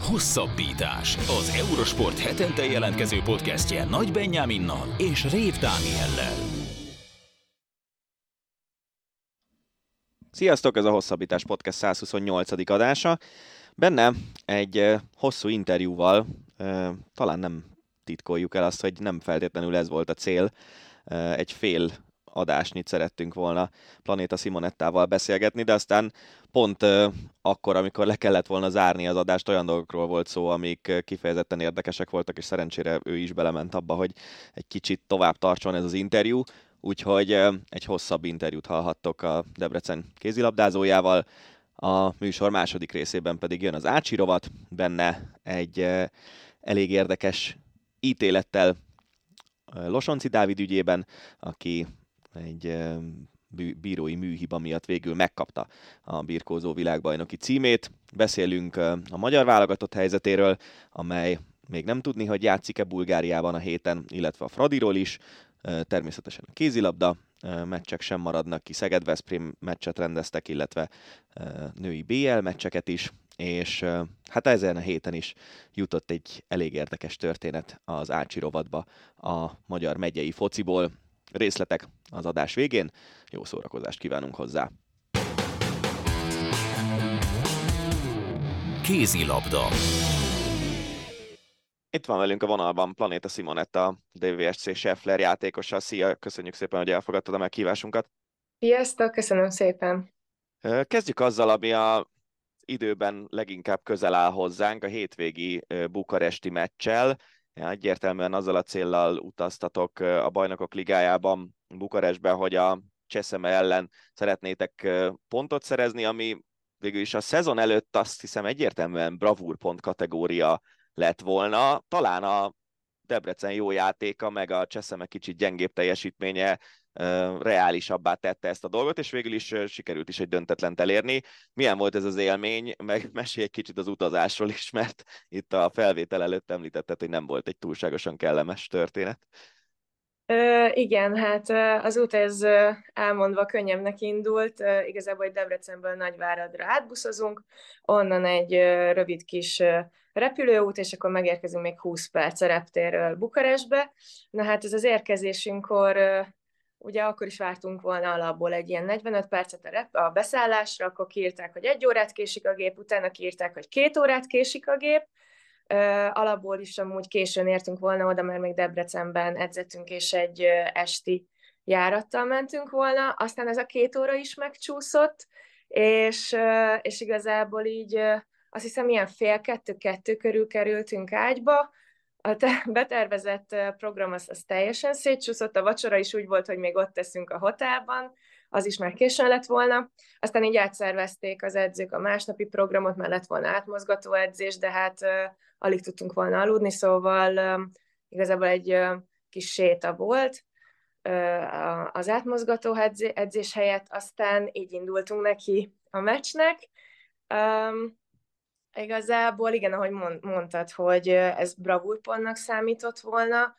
Hosszabbítás. Az Eurosport hetente jelentkező podcastje Nagy Benyáminnal és Rév Dániellel. Sziasztok, ez a Hosszabbítás Podcast 128. adása. Benne egy hosszú interjúval, talán nem titkoljuk el azt, hogy nem feltétlenül ez volt a cél, egy fél adásnyit szerettünk volna Planéta Simonettával beszélgetni, de aztán pont akkor, amikor le kellett volna zárni az adást, olyan dolgokról volt szó, amik kifejezetten érdekesek voltak, és szerencsére ő is belement abba, hogy egy kicsit tovább tartson ez az interjú, úgyhogy egy hosszabb interjút hallhattok a Debrecen kézilabdázójával. A műsor második részében pedig jön az Ácsi rovat, benne egy elég érdekes ítélettel Losonci Dávid ügyében, aki egy bírói műhiba miatt végül megkapta a birkózó világbajnoki címét. Beszélünk a magyar válogatott helyzetéről, amely még nem tudni, hogy játszik-e Bulgáriában a héten, illetve a Fradiról is. Természetesen a kézilabda meccsek sem maradnak ki, Szeged-Veszprém meccset rendeztek, illetve női BL meccseket is, és hát ezen a héten is jutott egy elég érdekes történet az Ácsi rovatba a magyar megyei fociból. Részletek az adás végén, jó szórakozást kívánunk hozzá! Kézilabda. Itt van velünk a vonalban Planéta Simonetta, DVSC Scheffler játékosa. Szia, köszönjük szépen, hogy elfogadtad a meghívásunkat. Sziasztok, köszönöm szépen. Kezdjük azzal, ami az időben leginkább közel áll hozzánk, a hétvégi bukaresti meccsel. Egyértelműen azzal a céllal utaztatok a Bajnokok Ligájában Bukarestbe, hogy a Cseszeme ellen szeretnétek pontot szerezni, ami végül is a szezon előtt azt hiszem egyértelműen bravúrpont kategória lett volna. Talán a Debrecen jó játéka, meg a Cseszeme kicsit gyengébb teljesítménye reálisabbá tette ezt a dolgot, és végül is sikerült is egy döntetlent elérni. Milyen volt ez az élmény? Meg mesélj egy kicsit az utazásról is, mert itt a felvétel előtt említetted, hogy nem volt egy túlságosan kellemes történet. Igen, hát az út ez elmondva könnyebbnek indult. Igazából egy Debrecenből Nagyváradra átbuszozunk, onnan egy rövid kis repülőút, és akkor megérkezünk még 20 perc a reptérről Bukarestbe. Na hát ez az érkezésünkkor, ugye akkor is vártunk volna alapból egy ilyen 45 percet a beszállásra, akkor kiírták, hogy 1 órát késik a gép, utána kiírták, hogy 2 órát késik a gép. Alapból is amúgy későn értünk volna oda, mert még Debrecenben edzettünk, és egy esti járattal mentünk volna. Aztán ez a 2 óra is megcsúszott, és igazából így azt hiszem ilyen 1:30-2 körül kerültünk ágyba. A betervezett program az teljesen szétcsúszott, a vacsora is úgy volt, hogy még ott teszünk a hotelban, az is már későn lett volna. Aztán így átszervezték az edzők a másnapi programot, mert lett volna átmozgató edzés, de hát alig tudtunk volna aludni, szóval igazából egy kis séta volt az átmozgató edzés helyett, aztán így indultunk neki a meccsnek. Igazából igen, ahogy mondtad, hogy ez bravúrpontnak számított volna,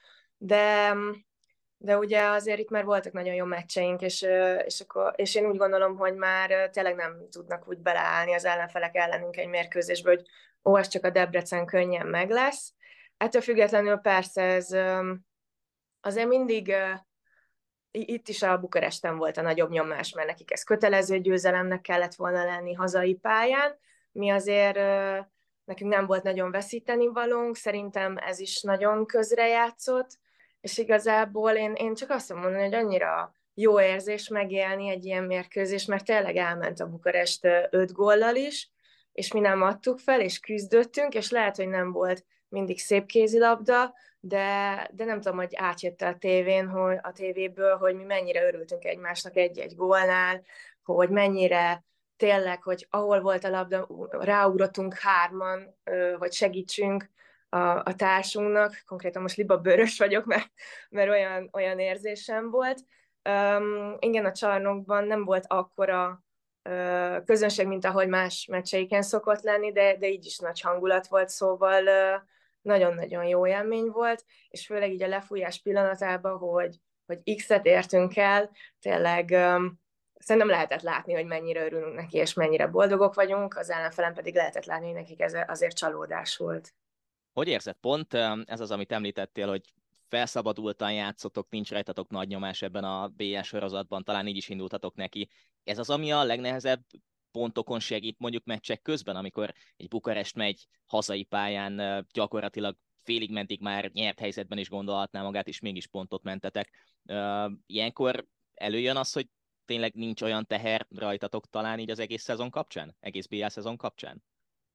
de ugye azért itt már voltak nagyon jó meccseink, és én úgy gondolom, hogy már tényleg nem tudnak úgy beleállni az ellenfelek ellenünk egy mérkőzésbe, hogy ez csak a Debrecen könnyen meg lesz. Ettől függetlenül persze ez azért mindig itt is a Bukaresten volt a nagyobb nyomás, mert nekik ez kötelező győzelemnek kellett volna lenni hazai pályán. Mi azért nekünk nem volt nagyon veszíteni valónk, szerintem ez is nagyon közrejátszott, és igazából én csak azt mondom, hogy annyira jó érzés megélni egy ilyen mérkőzést, mert tényleg elment a Bukarest 5 góllal is, és mi nem adtuk fel, és küzdöttünk, és lehet, hogy nem volt mindig szép kézilabda, de nem tudom, hogy átjött a tévén, hogy a tévéből, hogy mi mennyire örültünk egymásnak egy-egy gólnál, hogy mennyire tényleg, hogy ahol volt a labda, ráugrottunk 3-an, hogy segítsünk a társunknak. Konkrétan most libabőrös vagyok, mert olyan érzésem volt. Igen, a csarnokban nem volt akkora közönség, mint ahogy más meccseiken szokott lenni, de így is nagy hangulat volt, szóval nagyon-nagyon jó élmény volt, és főleg így a lefújás pillanatában, hogy X-et értünk el, tényleg szerintem lehetett látni, hogy mennyire örülünk neki, és mennyire boldogok vagyunk, az ellenfelem pedig lehetett látni, hogy nekik ez azért csalódás volt. Hogy érzed pont? Ez az, amit említettél, hogy felszabadultan játszotok, nincs rajtatok nagy nyomás ebben a BL sorozatban, talán így is indultatok neki. Ez az, ami a legnehezebb pontokon segít mondjuk meccsek közben, amikor egy Bukarest megy hazai pályán, gyakorlatilag félig mentig már nyert helyzetben is gondolhatná magát, és mégis pontot mentetek. Ilyenkor előjön az, hogy tényleg nincs olyan teher rajtatok talán így az egész szezon kapcsán? Egész BL szezon kapcsán?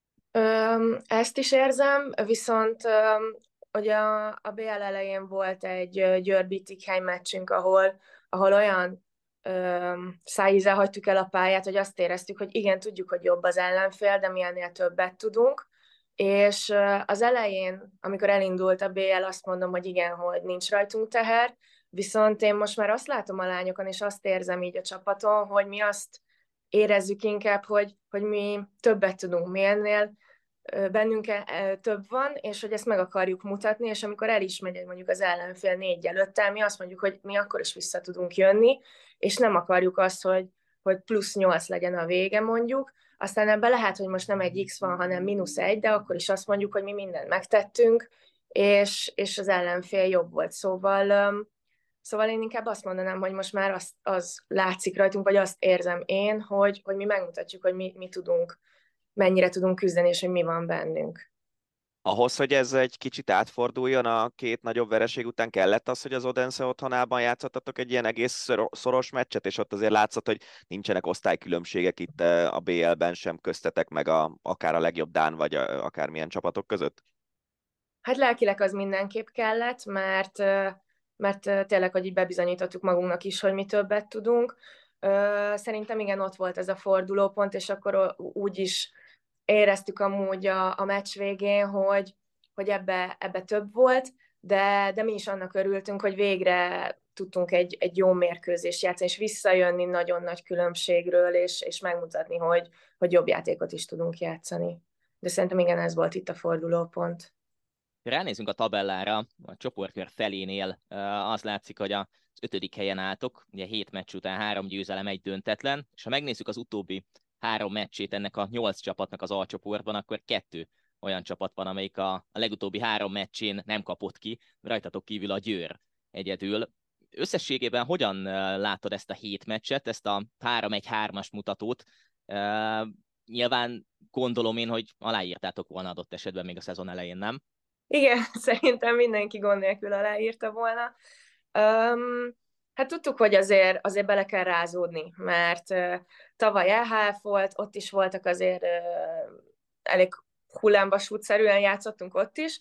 Ezt is érzem, viszont ugye a BL elején volt egy Győr-Bietigheim meccsünk, ahol olyan szájízzel hagytuk el a pályát, hogy azt éreztük, hogy igen, tudjuk, hogy jobb az ellenfél, de mi ennél többet tudunk. És az elején, amikor elindult a BL, azt mondom, hogy igen, hogy nincs rajtunk teher, viszont én most már azt látom a lányokon, és azt érzem így a csapaton, hogy mi azt érezzük inkább, hogy mi többet tudunk, mi ennél bennünk több van, és hogy ezt meg akarjuk mutatni, és amikor el is megy mondjuk az ellenfél 4-5-tel, mi azt mondjuk, hogy mi akkor is vissza tudunk jönni, és nem akarjuk azt, hogy +8 legyen a vége mondjuk, aztán ebben lehet, hogy most nem egy X van, hanem -1, de akkor is azt mondjuk, hogy mi mindent megtettünk, és az ellenfél jobb volt. Szóval én inkább azt mondanám, hogy most már az látszik rajtunk, vagy azt érzem én, hogy mi megmutatjuk, hogy mi tudunk, mennyire tudunk küzdeni, és hogy mi van bennünk. Ahhoz, hogy ez egy kicsit átforduljon a két nagyobb vereség után, kellett az, hogy az Odense otthonában játszottatok egy ilyen egész szoros meccset, és ott azért látszott, hogy nincsenek osztálykülönbségek itt a BL-ben sem köztetek, meg akár a legjobb dán, vagy akármilyen csapatok között? Hát lelkileg az mindenképp kellett, mert tényleg, hogy így bebizonyítottuk magunknak is, hogy mi többet tudunk. Szerintem igen, ott volt ez a fordulópont, és akkor úgy is éreztük amúgy a meccs végén, hogy ebbe több volt, de mi is annak örültünk, hogy végre tudtunk egy jó mérkőzést játszani, és visszajönni nagyon nagy különbségről, és megmutatni, hogy jobb játékot is tudunk játszani. De szerintem igen, ez volt itt a fordulópont. Ránézünk a tabellára, a csoportkör felénél az látszik, hogy az 5. helyen álltok, ugye 7 meccs után 3 győzelem, 1 döntetlen, és ha megnézzük az utóbbi 3 meccsét ennek a 8 csapatnak az alcsoportban, akkor 2 olyan csapat van, amelyik a legutóbbi 3 meccsén nem kapott ki, rajtatok kívül a Győr egyedül. Összességében hogyan látod ezt a 7 meccset, ezt a 3-1-3-as mutatót? Nyilván gondolom én, hogy aláírtátok volna adott esetben még a szezon elején, nem? Igen, szerintem mindenki gond nélkül aláírta volna. Hát tudtuk, hogy azért bele kell rázódni, mert tavaly EHF volt, ott is voltak azért elég hullámvasútszerűen játszottunk ott is,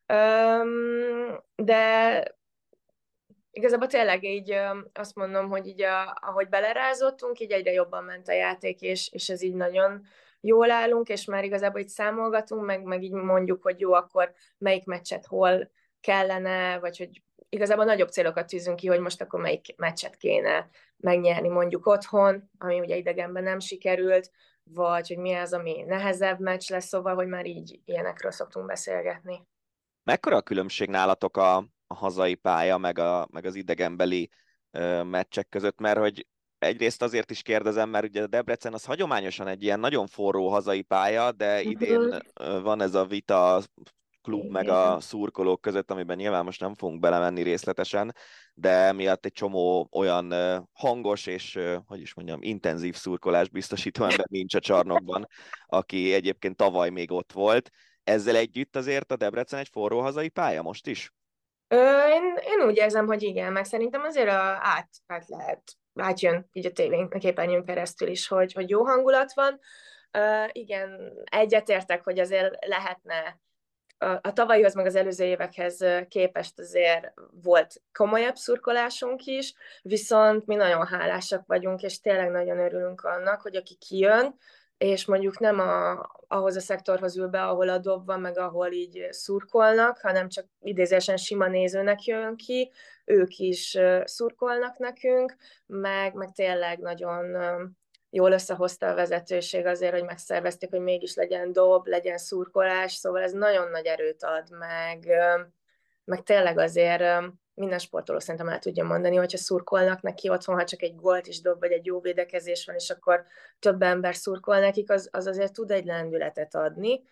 de igazából tényleg így azt mondom, hogy így ahogy belerázottunk, így egyre jobban ment a játék, és ez így nagyon jól állunk, és már igazából így számolgatunk, meg így mondjuk, hogy jó, akkor melyik meccset hol kellene, vagy hogy igazából nagyobb célokat tűzünk ki, hogy most akkor melyik meccset kéne megnyerni mondjuk otthon, ami ugye idegenben nem sikerült, vagy hogy mi az, ami nehezebb meccs lesz, szóval, hogy már így ilyenekről szoktunk beszélgetni. Mekkora a különbség nálatok a hazai pálya, meg az idegenbeli meccsek között, mert hogy egyrészt azért is kérdezem, mert ugye a Debrecen az hagyományosan egy ilyen nagyon forró hazai pálya, de idén van ez a vita a klub meg a szurkolók között, amiben nyilván most nem fogunk belemenni részletesen, de miatt egy csomó olyan hangos és, hogy is mondjam, intenzív szurkolás biztosító ember nincs a csarnokban, aki egyébként tavaly még ott volt. Ezzel együtt azért a Debrecen egy forró hazai pálya most is? Én úgy érzem, hogy igen, meg szerintem azért átjön így a tévénk, a képernyőn keresztül is, hogy jó hangulat van. Igen, egyetértek, hogy azért lehetne a tavalyihoz meg az előző évekhez képest azért volt komolyabb szurkolásunk is, viszont mi nagyon hálásak vagyunk, és tényleg nagyon örülünk annak, hogy aki kijön, és mondjuk nem ahhoz a szektorhoz ül be, ahol a dob van, meg ahol így szurkolnak, hanem csak idézésen sima nézőnek jön ki, ők is szurkolnak nekünk, meg tényleg nagyon jól összehozta a vezetőség azért, hogy megszervezték, hogy mégis legyen dob, legyen szurkolás, szóval ez nagyon nagy erőt ad, meg tényleg azért minden sportoló szerintem el tudja mondani, hogyha szurkolnak neki otthon, ha csak egy gólt is dob, vagy egy jó védekezés van, és akkor több ember szurkol nekik, az azért tud egy lendületet adni.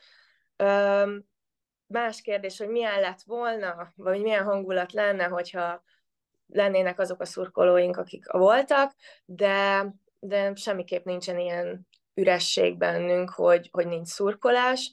Más kérdés, hogy milyen lett volna, vagy milyen hangulat lenne, hogyha lennének azok a szurkolóink, akik voltak, de semmiképp nincsen ilyen üresség bennünk, hogy nincs szurkolás.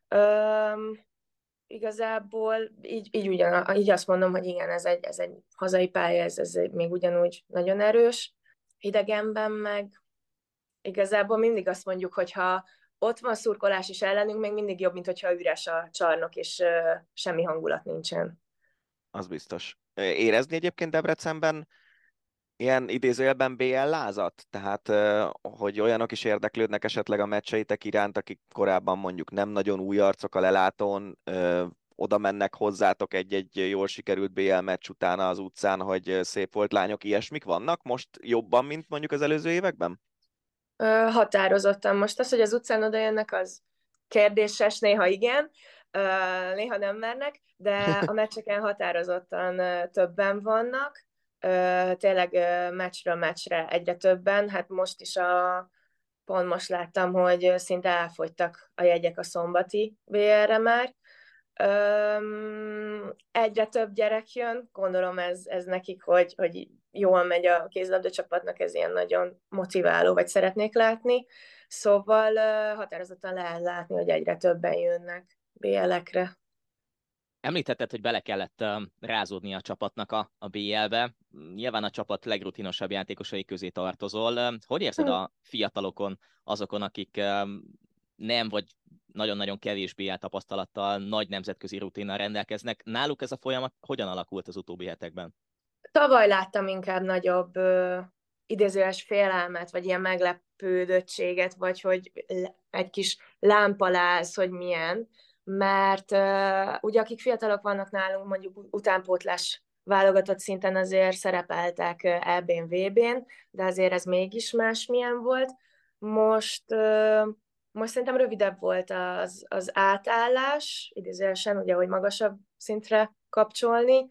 Igazából így azt mondom, hogy igen, ez egy hazai pálya, ez még ugyanúgy nagyon erős. Idegenben meg igazából mindig azt mondjuk, hogyha ott van szurkolás is ellenünk, még mindig jobb, mint hogyha üres a csarnok, és semmi hangulat nincsen. Az biztos. Érezni egyébként Debrecenben ilyen idézőjelben BL lázat? Tehát, hogy olyanok is érdeklődnek esetleg a meccseitek iránt, akik korábban mondjuk nem nagyon új arcok a lelátón, oda mennek hozzátok egy jól sikerült BL meccs utána az utcán, hogy szép volt lányok, ilyesmik vannak most jobban, mint mondjuk az előző években? Határozottan. Most az, hogy az utcán oda jönnek, az kérdéses, néha igen, néha nem mernek, de a meccseken határozottan többen vannak, tényleg meccsről meccsre egyre többen, hát most is pont most láttam, hogy szinte elfogytak a jegyek a szombati BL-re már. Egyre több gyerek jön, gondolom ez nekik, hogy jól megy a kézilabda csapatnak, ez ilyen nagyon motiváló, vagy szeretnék látni. Szóval határozottan lehet látni, hogy egyre többen jönnek BL-ekre. Említetted, hogy bele kellett rázódni a csapatnak a BL-be. Nyilván a csapat legrutinosabb játékosai közé tartozol. Hogy érzed a fiatalokon, azokon, akik nem, vagy nagyon-nagyon kevés BL tapasztalattal, nagy nemzetközi rutinnal rendelkeznek? Náluk ez a folyamat hogyan alakult az utóbbi hetekben? Tavaly láttam inkább nagyobb idézőes félelmet, vagy ilyen meglepődöttséget, vagy hogy egy kis lámpaláz, hogy milyen, mert ugye akik fiatalok vannak nálunk, mondjuk utánpótlás válogatott szinten azért szerepeltek EB-n, VB-n, de azért ez mégis másmilyen volt. Most szerintem rövidebb volt az átállás, idézőesen ugye, hogy magasabb szintre kapcsolni,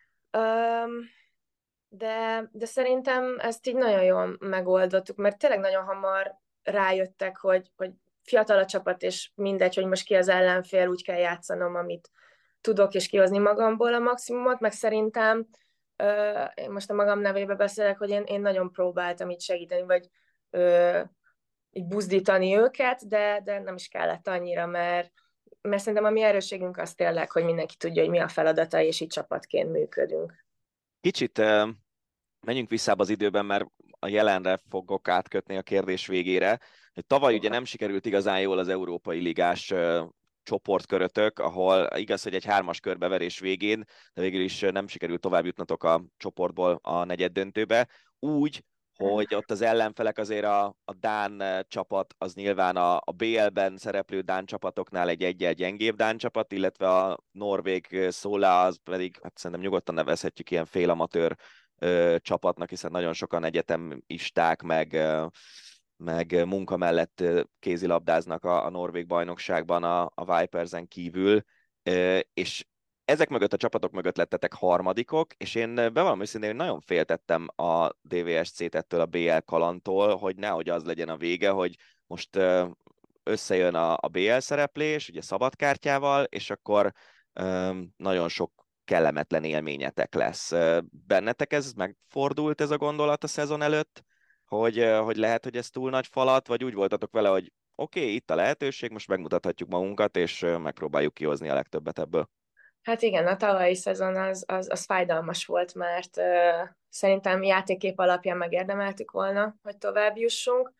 de szerintem ezt így nagyon jól megoldottuk, mert tényleg nagyon hamar rájöttek, hogy fiatal a csapat, és mindegy, hogy most ki az ellenfél, úgy kell játszanom, amit tudok, és kihozni magamból a maximumot, meg szerintem én most a magam nevébe beszélek, hogy én nagyon próbáltam így segíteni, vagy így buzdítani őket, de nem is kellett annyira, mert szerintem a mi erősségünk az tényleg, hogy mindenki tudja, hogy mi a feladata, és így csapatként működünk. Kicsit menjünk vissza az időben, mert a jelenre fogok átkötni a kérdés végére. Tavaly ugye nem sikerült igazán jól az Európai Ligás csoportkörötök, ahol igaz, hogy egy 3-as körbeverés végén, de végül is nem sikerült tovább jutnotok a csoportból a negyeddöntőbe. Úgy, hogy ott az ellenfelek azért a dán csapat, az nyilván a BL-ben szereplő dán csapatoknál egy egyel gyengébb dán csapat, illetve a norvég Szóla, az pedig, hát szerintem nyugodtan nevezhetjük ilyen félamatőr csapatnak, hiszen nagyon sokan egyetemisták, meg munka mellett kézilabdáznak a norvég bajnokságban a Vipersen kívül, és ezek mögött a csapatok mögött lettetek harmadikok, és én bevallom őszintén, hogy nagyon féltettem a DVSC-t ettől a BL kalantól, hogy nehogy az legyen a vége, hogy most összejön a BL szereplés, ugye szabadkártyával, és akkor nagyon sok kellemetlen élményetek lesz. Bennetek ez megfordult ez a gondolat a szezon előtt, hogy lehet, hogy ez túl nagy falat, vagy úgy voltatok vele, hogy oké, itt a lehetőség, most megmutathatjuk magunkat, és megpróbáljuk kihozni a legtöbbet ebből. Hát igen, a tavalyi szezon az fájdalmas volt, mert szerintem játékkép alapján megérdemeltük volna, hogy tovább jussunk.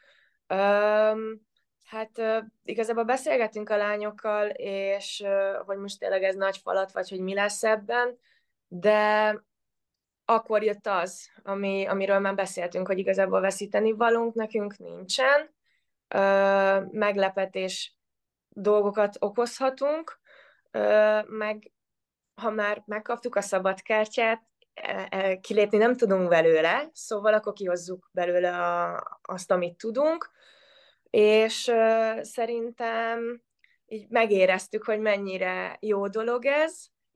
Hát igazából beszélgetünk a lányokkal, és hogy most tényleg ez nagy falat, vagy hogy mi lesz ebben, de akkor jött az, amiről már beszéltünk, hogy igazából veszíteni valunk nekünk nincsen, meglepetés dolgokat okozhatunk, meg ha már megkaptuk a szabad kártyát, kilépni nem tudunk belőle, szóval akkor kihozzuk belőle azt, amit tudunk, és szerintem így megéreztük, hogy mennyire jó dolog ez,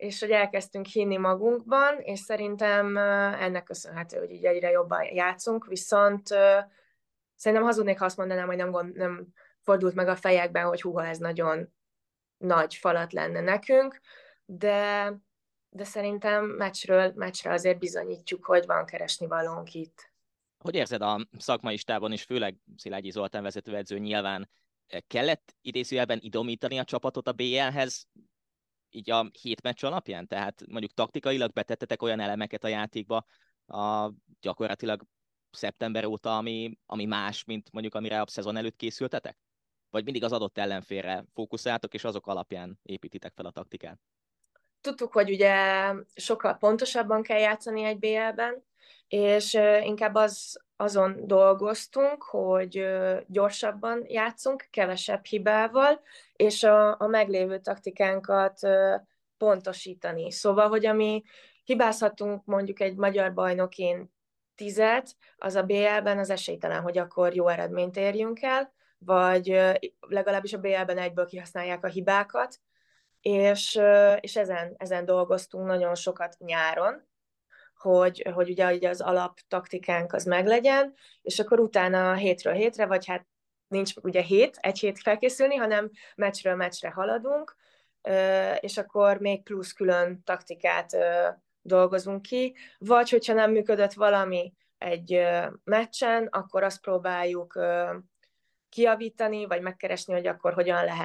és hogy elkezdtünk hinni magunkban, és szerintem ennek köszönhető, hogy így egyre jobban játszunk, viszont szerintem hazudnék, ha azt mondanám, hogy nem fordult meg a fejekben, hogy húha, ez nagyon nagy falat lenne nekünk, de szerintem meccsre azért bizonyítjuk, hogy van keresnivalónk itt. Hogy érzed a szakmai stábon, és főleg Szilágyi Zoltán vezetőedző nyilván kellett idézőjelben idomítani a csapatot a BL-hez, így a 7 meccs alapján? Tehát mondjuk taktikailag betettetek olyan elemeket a játékba gyakorlatilag szeptember óta, ami más, mint mondjuk amire a szezon előtt készültetek? Vagy mindig az adott ellenfélre fókuszáltok, és azok alapján építitek fel a taktikát? Tudtuk, hogy ugye sokkal pontosabban kell játszani egy BL-ben, és inkább azon dolgoztunk, hogy gyorsabban játszunk, kevesebb hibával, és a meglévő taktikánkat pontosítani. Szóval, hogy ami hibázhatunk mondjuk egy magyar bajnokin 10-et, az a BL-ben az esélytelen, hogy akkor jó eredményt érjünk el, vagy legalábbis a BL-ben egyből kihasználják a hibákat, és ezen dolgoztunk nagyon sokat nyáron, hogy ugye az alaptaktikánk az meglegyen, és akkor utána hétről hétre, vagy hát nincs ugye egy hét felkészülni, hanem meccsről meccsre haladunk, és akkor még plusz külön taktikát dolgozunk ki, vagy hogyha nem működött valami egy meccsen, akkor azt próbáljuk kijavítani, vagy megkeresni, hogy akkor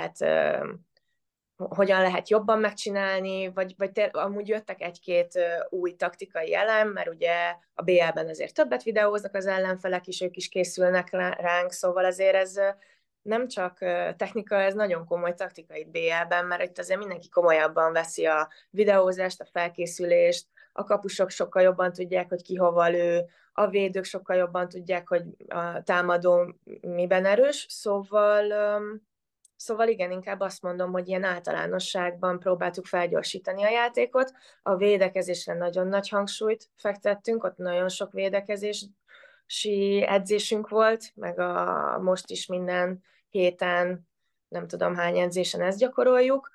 hogyan lehet jobban megcsinálni, vagy amúgy jöttek egy-két új taktikai elem, mert ugye a BL-ben azért többet videóznak az ellenfelek is, ők is készülnek ránk, szóval azért ez nem csak technika, ez nagyon komoly taktika itt BL-ben, mert itt azért mindenki komolyabban veszi a videózást, a felkészülést, a kapusok sokkal jobban tudják, hogy ki hova lő, a védők sokkal jobban tudják, hogy a támadó miben erős, Szóval igen, inkább azt mondom, hogy ilyen általánosságban próbáltuk felgyorsítani a játékot. A védekezésre nagyon nagy hangsúlyt fektettünk, ott nagyon sok védekezési edzésünk volt, meg most is minden héten, nem tudom hány edzésen ezt gyakoroljuk.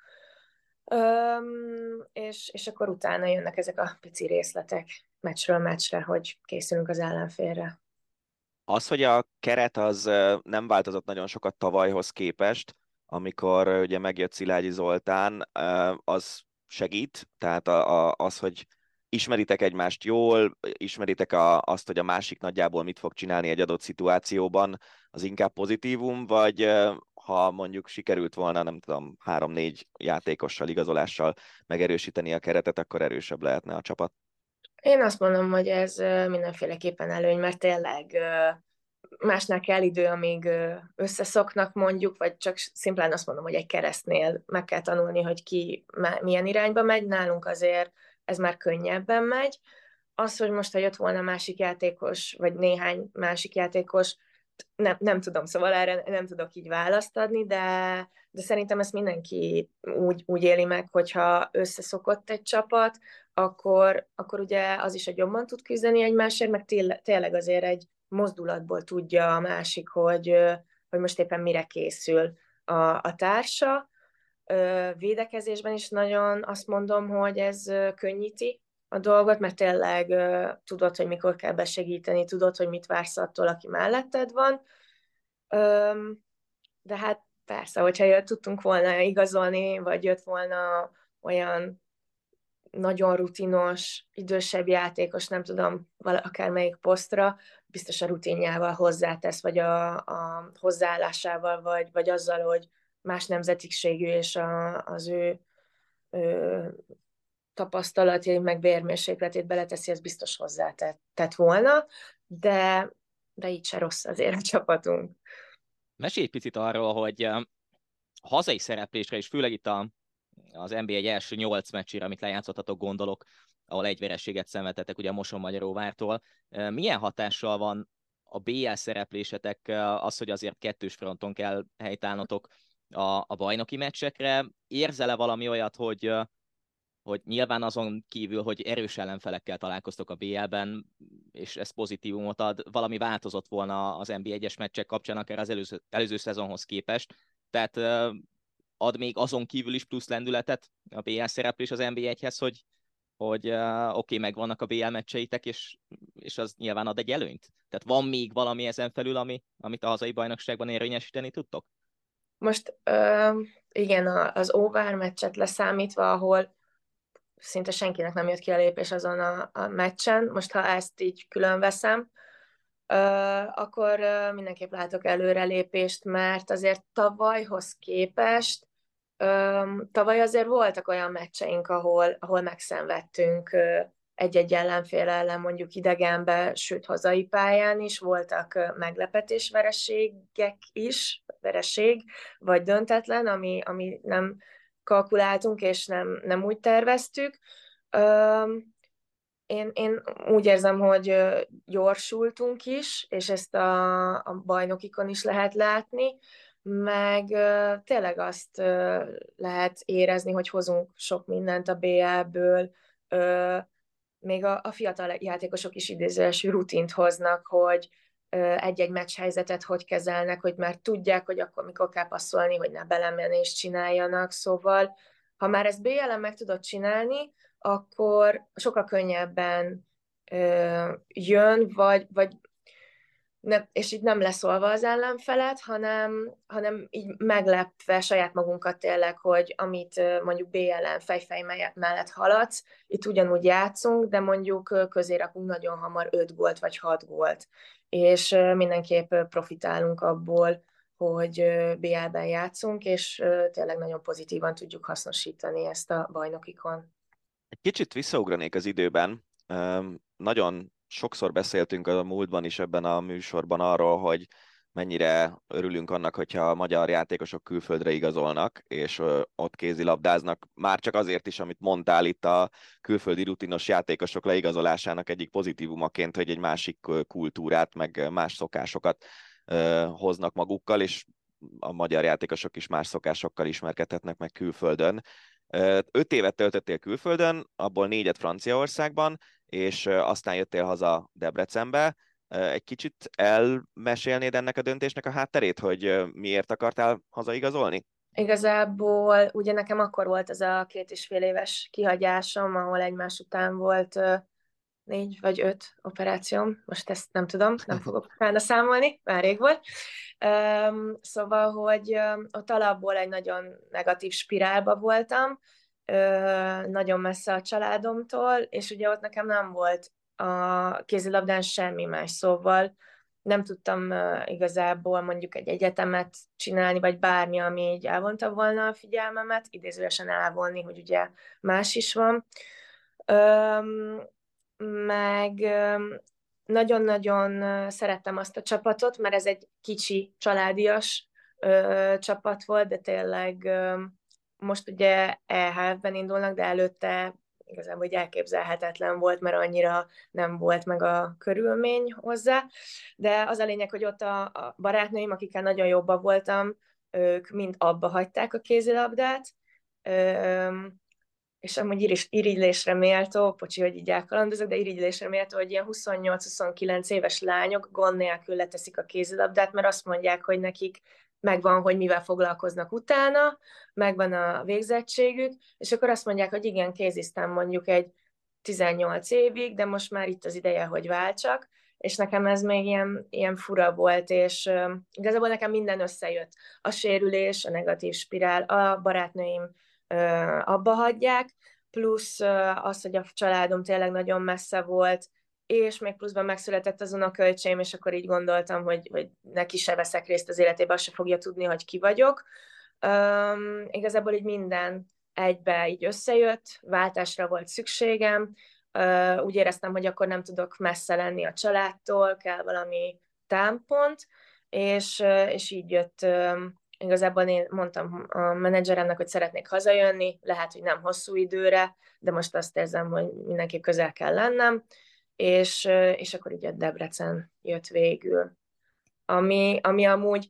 És akkor utána jönnek ezek a pici részletek meccsről meccsre, hogy készülünk az ellenfélre. Az, hogy a keret az nem változott nagyon sokat tavalyhoz képest, amikor ugye megjött Szilágyi Zoltán, az segít, tehát az, hogy ismeritek egymást jól, ismeritek azt, hogy a másik nagyjából mit fog csinálni egy adott szituációban, az inkább pozitívum, vagy ha mondjuk sikerült volna, nem tudom, 3-4 játékossal, igazolással megerősíteni a keretet, akkor erősebb lehetne a csapat? Én azt mondom, hogy ez mindenféleképpen előny, mert tényleg másnál kell idő, amíg összeszoknak mondjuk, vagy csak szimplán azt mondom, hogy egy keresztnél meg kell tanulni, hogy ki milyen irányba megy, nálunk azért ez már könnyebben megy. Az, hogy most, ha jött volna másik játékos, vagy néhány másik játékos, nem tudom, szóval erre nem tudok így választ adni, de szerintem ezt mindenki úgy éli meg, hogyha összeszokott egy csapat, akkor ugye az is, hogy jobban tud küzdeni egymásért, meg tényleg azért egy mozdulatból tudja a másik, hogy most éppen mire készül a társa. Védekezésben is nagyon azt mondom, hogy ez könnyíti a dolgot, mert tényleg tudod, hogy mikor kell besegíteni, tudod, hogy mit vársz attól, aki melletted van. De hát persze, hogyha tudtunk volna igazolni, vagy jött volna olyan nagyon rutinos, idősebb játékos, nem tudom, akármelyik posztra, biztos a rutinjával hozzátesz, vagy a hozzáállásával, vagy azzal, hogy más nemzetiségű, és az ő tapasztalatét, meg vérmérsékletét beleteszi, ez biztos hozzátett volna, de így se rossz azért a csapatunk. Mesélj egy picit arról, hogy a hazai szereplésre, és főleg itt az NBA egy első 8 meccsére, amit lejátszottatok, gondolok, ahol egy vereséget szenvedtetek ugye a Mosonmagyaróvártól. Milyen hatással van a BL szereplésetek, az, hogy azért kettős fronton kell helytállnotok a bajnoki meccsekre? Érzel-e valami olyat, hogy nyilván azon kívül, hogy erős ellenfelekkel találkoztok a BL-ben, és ez pozitívumot ad, valami változott volna az NBA egyes meccsek kapcsán, akár az előző szezonhoz képest. Tehát ad még azon kívül is plusz lendületet a BL szereplés az NB1-hez, hogy oké, megvannak a BL meccseitek, és az nyilván ad egy előnyt? Tehát van még valami ezen felül, amit a hazai bajnokságban érvényesíteni tudtok? Most igen, az OVR meccset leszámítva, ahol szinte senkinek nem jött ki a lépés azon a meccsen, most ha ezt így külön veszem, akkor mindenképp látok előrelépést, mert azért tavalyhoz képest tavaly azért voltak olyan meccseink, ahol megszenvedtünk egy-egy ellenfél ellen, mondjuk idegenbe, sőt hazai pályán is, voltak meglepetésvereségek is, vereség, vagy döntetlen, ami nem kalkuláltunk, és nem úgy terveztük. Én úgy érzem, hogy gyorsultunk is, és ezt a bajnokikon is lehet látni, meg tényleg azt lehet érezni, hogy hozunk sok mindent a BL-ből, még a fiatal játékosok is idézőjelesen rutint hoznak, hogy egy-egy meccshelyzetet hogy kezelnek, hogy már tudják, hogy akkor mikor kell passzolni, hogy ne belemenést csináljanak, szóval ha már ezt BL-en meg tudod csinálni, akkor sokkal könnyebben jön, vagy és így nem leszólva az ellenfelet, hanem így meglepve saját magunkat tényleg, hogy amit mondjuk BL-en fejfej mellett haladsz, itt ugyanúgy játszunk, de mondjuk közé rakunk nagyon hamar 5 gólt vagy 6 gólt. És mindenképp profitálunk abból, hogy BL-ben játszunk, és tényleg nagyon pozitívan tudjuk hasznosítani ezt a bajnokikon. Egy kicsit visszaugranék az időben. Nagyon sokszor beszéltünk a múltban is ebben a műsorban arról, hogy mennyire örülünk annak, hogyha a magyar játékosok külföldre igazolnak, és ott kézilabdáznak. Már csak azért is, amit mondtál itt a külföldi rutinos játékosok leigazolásának egyik pozitívumaként, hogy egy másik kultúrát, meg más szokásokat hoznak magukkal, és a magyar játékosok is más szokásokkal ismerkedhetnek meg külföldön. 5 évet töltöttél külföldön, abból 4-et Franciaországban, és aztán jöttél haza Debrecenbe. Egy kicsit elmesélnéd ennek a döntésnek a hátterét, hogy miért akartál hazaigazolni? Igazából ugye nekem akkor volt ez a 2,5 éves kihagyásom, ahol egymás után volt 4 vagy 5 operációm, most ezt nem tudom, nem fogok utána számolni, már rég volt. Szóval, hogy ott alapból egy nagyon negatív spirálba voltam, nagyon messze a családomtól, és ugye ott nekem nem volt a kézilabdán semmi más, szóval nem tudtam igazából mondjuk egy egyetemet csinálni, vagy bármi, ami így elvonta volna a figyelmemet, idézőesen elvonni, hogy ugye más is van. Meg nagyon-nagyon szerettem azt a csapatot, mert ez egy kicsi, családias csapat volt, de tényleg most ugye EHF-ben indulnak, de előtte igazából hogy elképzelhetetlen volt, mert annyira nem volt meg a körülmény hozzá. De az a lényeg, hogy ott a barátnőim, akikkel nagyon jobban voltam, ők mind abba hagyták a kézilabdát, és amúgy irigylésre méltó, pocsi, hogy így elkalandozok, de irigylésre méltó, hogy ilyen 28-29 éves lányok gond nélkül leteszik a kézilabdát, mert azt mondják, hogy nekik megvan, hogy mivel foglalkoznak utána, megvan a végzettségük, és akkor azt mondják, hogy igen, kéziztem mondjuk egy 18 évig, de most már itt az ideje, hogy váltsak, és nekem ez még ilyen fura volt, és igazából nekem minden összejött. A sérülés, a negatív spirál, a barátnőim abba hagyják, plusz az, hogy a családom tényleg nagyon messze volt, és még pluszban megszületett az unokölcsém, és akkor így gondoltam, hogy neki se veszek részt az életében, azt se fogja tudni, hogy ki vagyok. Igazából így minden egybe így összejött, váltásra volt szükségem, úgy éreztem, hogy akkor nem tudok messze lenni a családtól, kell valami támpont, és így jött. Igazából én mondtam a menedzseremnek, hogy szeretnék hazajönni, lehet, hogy nem hosszú időre, de most azt érzem, hogy mindenképp közel kell lennem, és akkor így a Debrecen jött végül. Ami amúgy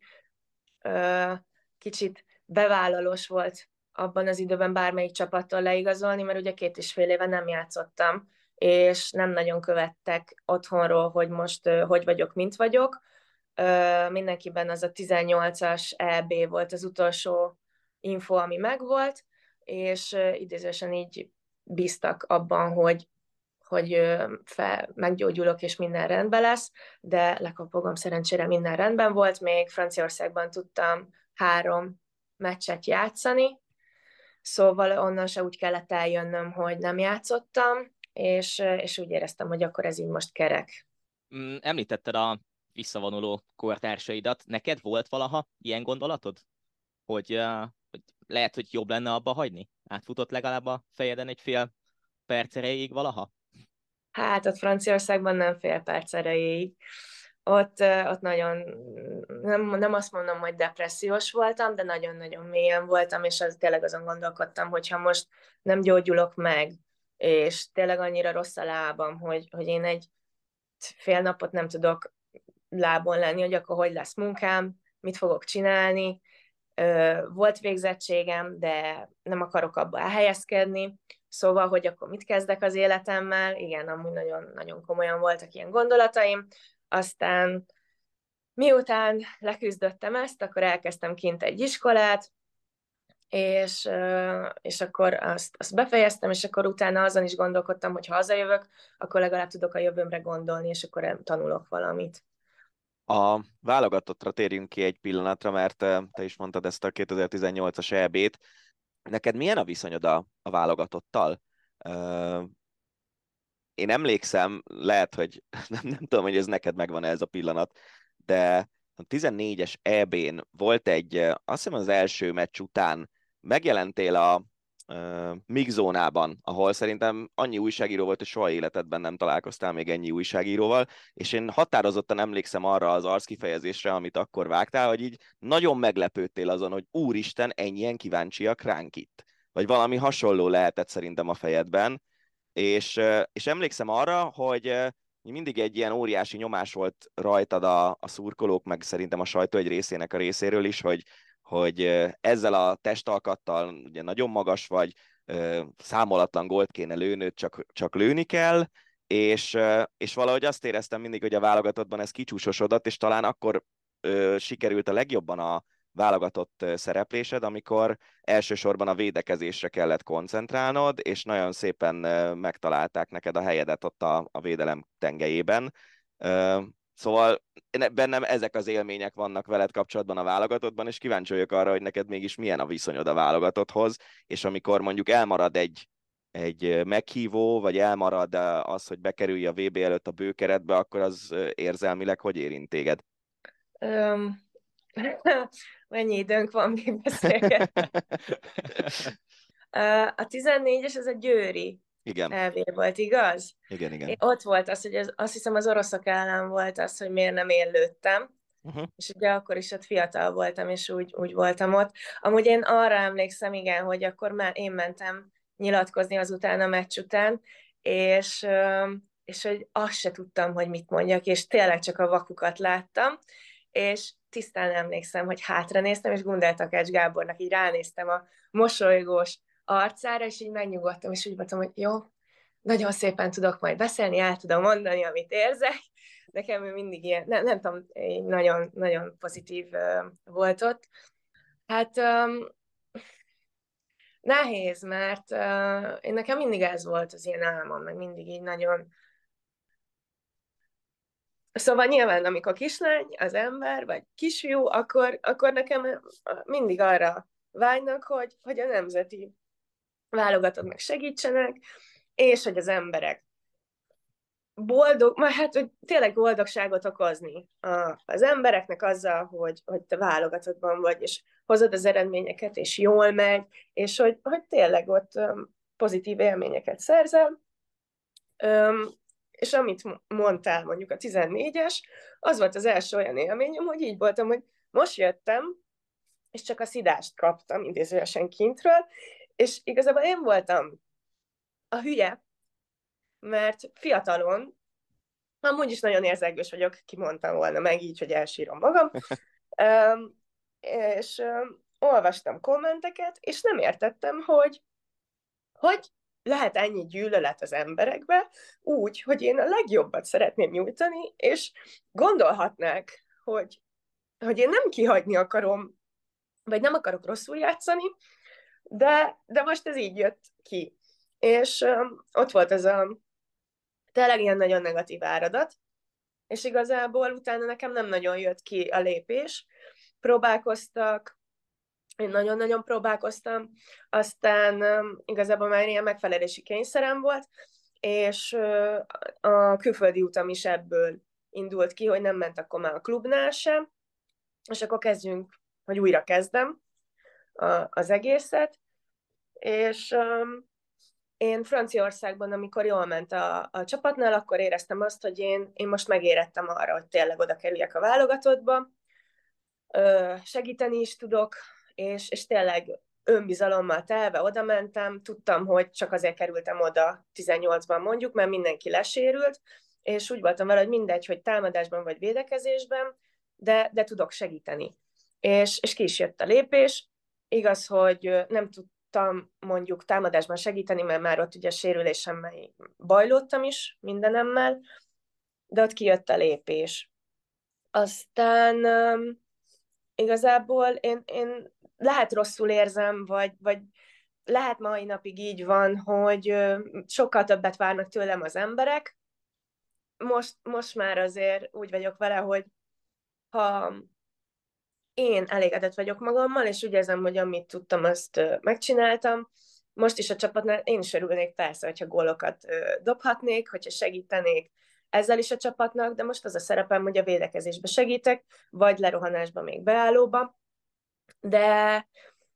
kicsit bevállalós volt abban az időben bármelyik csapattól leigazolni, mert ugye 2,5 éve nem játszottam, és nem nagyon követtek otthonról, hogy most hogy vagyok, mint vagyok. Mindenkiben az a 18-as EB volt az utolsó info, ami megvolt, és idézősen így bíztak abban, hogy meggyógyulok, és minden rendben lesz, de lekapogom, szerencsére minden rendben volt, még Franciaországban tudtam 3 meccset játszani, szóval onnan se úgy kellett eljönnöm, hogy nem játszottam, és úgy éreztem, hogy akkor ez így most kerek. Említetted a visszavonuló kortársaidat. Neked volt valaha ilyen gondolatod? Hogy lehet, hogy jobb lenne abba hagyni? Átfutott legalább a fejeden egy fél perc erejéig valaha? Hát ott Franciaországban nem fél perc erejéig. Ott nagyon, nem azt mondom, hogy depressziós voltam, de nagyon-nagyon mélyen voltam, és az tényleg azon gondolkodtam, hogy ha most nem gyógyulok meg, és tényleg annyira rossz a lábam, hogy én egy fél napot nem tudok lábon lenni, hogy akkor hogy lesz munkám, mit fogok csinálni. Volt végzettségem, de nem akarok abba elhelyezkedni, szóval, hogy akkor mit kezdek az életemmel, igen, amúgy nagyon komolyan voltak ilyen gondolataim, aztán miután leküzdöttem ezt, akkor elkezdtem kint egy iskolát, és akkor azt befejeztem, és akkor utána azon is gondolkodtam, hogy ha hazajövök, akkor legalább tudok a jövőmre gondolni, és akkor tanulok valamit. A válogatottra térjünk ki egy pillanatra, mert te is mondtad ezt a 2018-as EB-t. Neked milyen a viszonyod a válogatottal? Én emlékszem, lehet, hogy nem tudom, hogy ez neked megvan ez a pillanat, de a 14-es EB-n volt egy, azt hiszem az első meccs után megjelentél a mixzónában, ahol szerintem annyi újságíró volt, hogy soha életedben nem találkoztál még ennyi újságíróval, és én határozottan emlékszem arra az arckifejezésre, amit akkor vágtál, hogy így nagyon meglepődtél azon, hogy úristen, ennyien kíváncsiak ránk itt. Vagy valami hasonló lehetett szerintem a fejedben, és emlékszem arra, hogy mindig egy ilyen óriási nyomás volt rajtad a szurkolók, meg szerintem a sajtó egy részének a részéről is, hogy ezzel a testalkattal ugye nagyon magas vagy, számolatlan gólt kéne lőnöd, csak lőni kell, és valahogy azt éreztem mindig, hogy a válogatottban ez kicsúsosodott, és talán akkor sikerült a legjobban a válogatott szereplésed, amikor elsősorban a védekezésre kellett koncentrálnod, és nagyon szépen megtalálták neked a helyedet ott a védelem tengelyében. Szóval bennem ezek az élmények vannak veled kapcsolatban a válogatottban, és kíváncsi vagyok arra, hogy neked mégis milyen a viszonyod a válogatotthoz, és amikor mondjuk elmarad egy meghívó, vagy elmarad az, hogy bekerülj a VB előtt a bőkeretbe, akkor az érzelmileg hogy érint téged? Mennyi időnk van még beszélgetni? A 14-es, ez a győri EB volt, igaz? Igen. Ott volt az, hogy azt hiszem az oroszok ellen volt az, hogy miért nem én lőttem. És ugye akkor is ott fiatal voltam, és úgy voltam ott. Amúgy én arra emlékszem, igen, hogy akkor már én mentem nyilatkozni azután a meccs után, és hogy azt se tudtam, hogy mit mondjak, és tényleg csak a vakukat láttam, és tisztán emlékszem, hogy hátra néztem, és Gundel Takács Gábornak így ránéztem a mosolygós arcára, és így megnyugodtam, és úgy voltam, hogy jó, nagyon szépen tudok majd beszélni, el tudom mondani, amit érzek. Nekem ő mindig ilyen, nem tudom, nagyon, nagyon pozitív volt ott. Hát nehéz, mert én nekem mindig ez volt az ilyen álmom, meg mindig így nagyon... Szóval nyilván, amikor kislány az ember, vagy kisfiú, akkor nekem mindig arra vágynak, hogy a nemzeti válogatottnak segítsenek, és hogy az emberek hát hogy tényleg boldogságot okozni az embereknek azzal, hogy te válogatottban vagy, és hozod az eredményeket, és jól megy, és hogy tényleg ott pozitív élményeket szerzel. És amit mondtál, mondjuk a 14-es, az volt az első olyan élményem, hogy így voltam, hogy most jöttem, és csak a szidást kaptam, idézőjesen kintről, és igazából én voltam a hülye, mert fiatalon, amúgy is nagyon érzelgős vagyok, kimondtam volna meg így, hogy elsírom magam, és olvastam kommenteket, és nem értettem, hogy lehet ennyi gyűlölet az emberekbe, úgy, hogy én a legjobbat szeretném nyújtani, és gondolhatnák, hogy én nem kihagyni akarom vagy nem akarok rosszul játszani, de most ez így jött ki. És ott volt ez a tényleg ilyen nagyon negatív áradat, és igazából utána nekem nem nagyon jött ki a lépés. Próbálkoztak, én nagyon-nagyon próbálkoztam, aztán igazából már ilyen megfelelési kényszerem volt, és a külföldi utam is ebből indult ki, hogy nem ment akkor már a klubnál sem, és akkor kezdjünk, hogy újra kezdem az egészet, és én Franciaországban, amikor jól ment a csapatnál, akkor éreztem azt, hogy én most megérettem arra, hogy tényleg oda kerüljek a válogatottba, segíteni is tudok, és tényleg önbizalommal telve oda mentem, tudtam, hogy csak azért kerültem oda 18-ban mondjuk, mert mindenki lesérült, és úgy voltam vele, hogy mindegy, hogy támadásban vagy védekezésben, de tudok segíteni. És ki is jött a lépés. Igaz, hogy nem tudtam mondjuk támadásban segíteni, mert már ott ugye sérülésemmel bajlódtam is mindenemmel, de ott kijött a lépés. Aztán igazából én lehet rosszul érzem, vagy lehet mai napig így van, hogy sokkal többet várnak tőlem az emberek. Most már azért úgy vagyok vele, hogy ha én elégedett vagyok magammal, és úgy érzem, hogy amit tudtam, azt megcsináltam. Most is a csapatnál én is örülnék persze, hogyha gólokat dobhatnék, hogyha segítenék ezzel is a csapatnak, de most az a szerepem, hogy a védekezésbe segítek, vagy lerohanásba még beállóba, de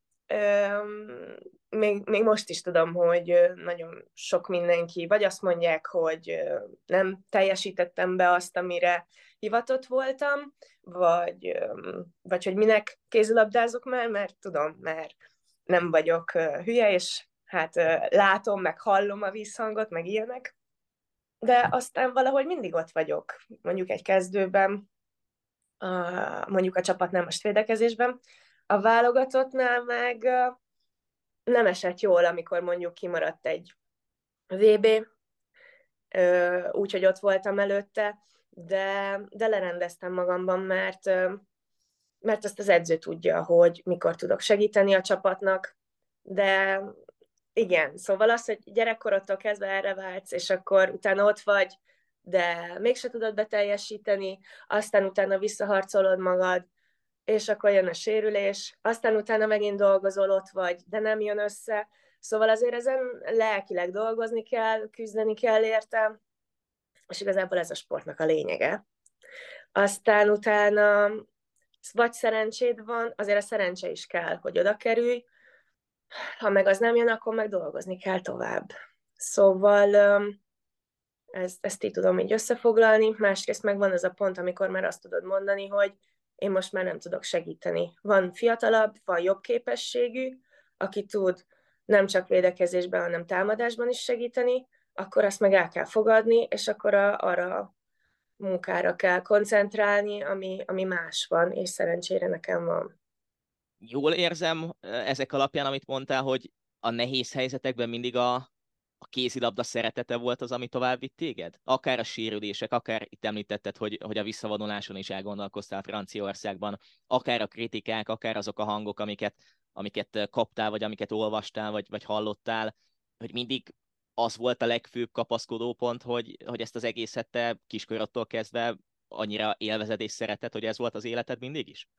még most is tudom, hogy nagyon sok mindenki, vagy azt mondják, hogy nem teljesítettem be azt, amire hivatott voltam, vagy hogy minek kézilabdázok már, mert tudom, mert nem vagyok hülye, és hát látom, meg hallom a visszhangot, meg ilyenek, de aztán valahogy mindig ott vagyok, mondjuk egy kezdőben, mondjuk a csapatnál most védekezésben, a válogatottnál meg nem esett jól, amikor mondjuk kimaradt egy VB, úgyhogy ott voltam előtte, de lerendeztem magamban, mert azt az edző tudja, hogy mikor tudok segíteni a csapatnak, de igen, szóval az, hogy gyerekkorodtól kezdve erre vágysz, és akkor utána ott vagy, de mégse tudod beteljesíteni, aztán utána visszaharcolod magad, és akkor jön a sérülés, aztán utána megint dolgozol, ott vagy, de nem jön össze. Szóval azért ezen lelkileg dolgozni kell, küzdeni kell érte, és igazából ez a sportnak a lényege. Aztán utána vagy szerencséd van, azért a szerencse is kell, hogy oda kerülj, ha meg az nem jön, akkor meg dolgozni kell tovább. Szóval ezt így tudom így összefoglalni, másrészt meg van az a pont, amikor már azt tudod mondani, hogy én most már nem tudok segíteni. Van fiatalabb, van jobb képességű, aki tud nem csak védekezésben, hanem támadásban is segíteni, akkor azt meg el kell fogadni, és akkor arra a munkára kell koncentrálni, ami más van, és szerencsére nekem van. Jól érzem ezek alapján, amit mondtál, hogy a nehéz helyzetekben mindig a kézilabda szeretete volt az, ami tovább vitt téged? Akár a sérülések, akár itt említetted, hogy a visszavonuláson is elgondolkoztál Franciaországban, akár a kritikák, akár azok a hangok, amiket kaptál, vagy amiket olvastál, vagy hallottál, hogy mindig az volt a legfőbb kapaszkodó pont, hogy ezt az egészet te kiskorodtól kezdve annyira élvezed és szereted, hogy ez volt az életed mindig is?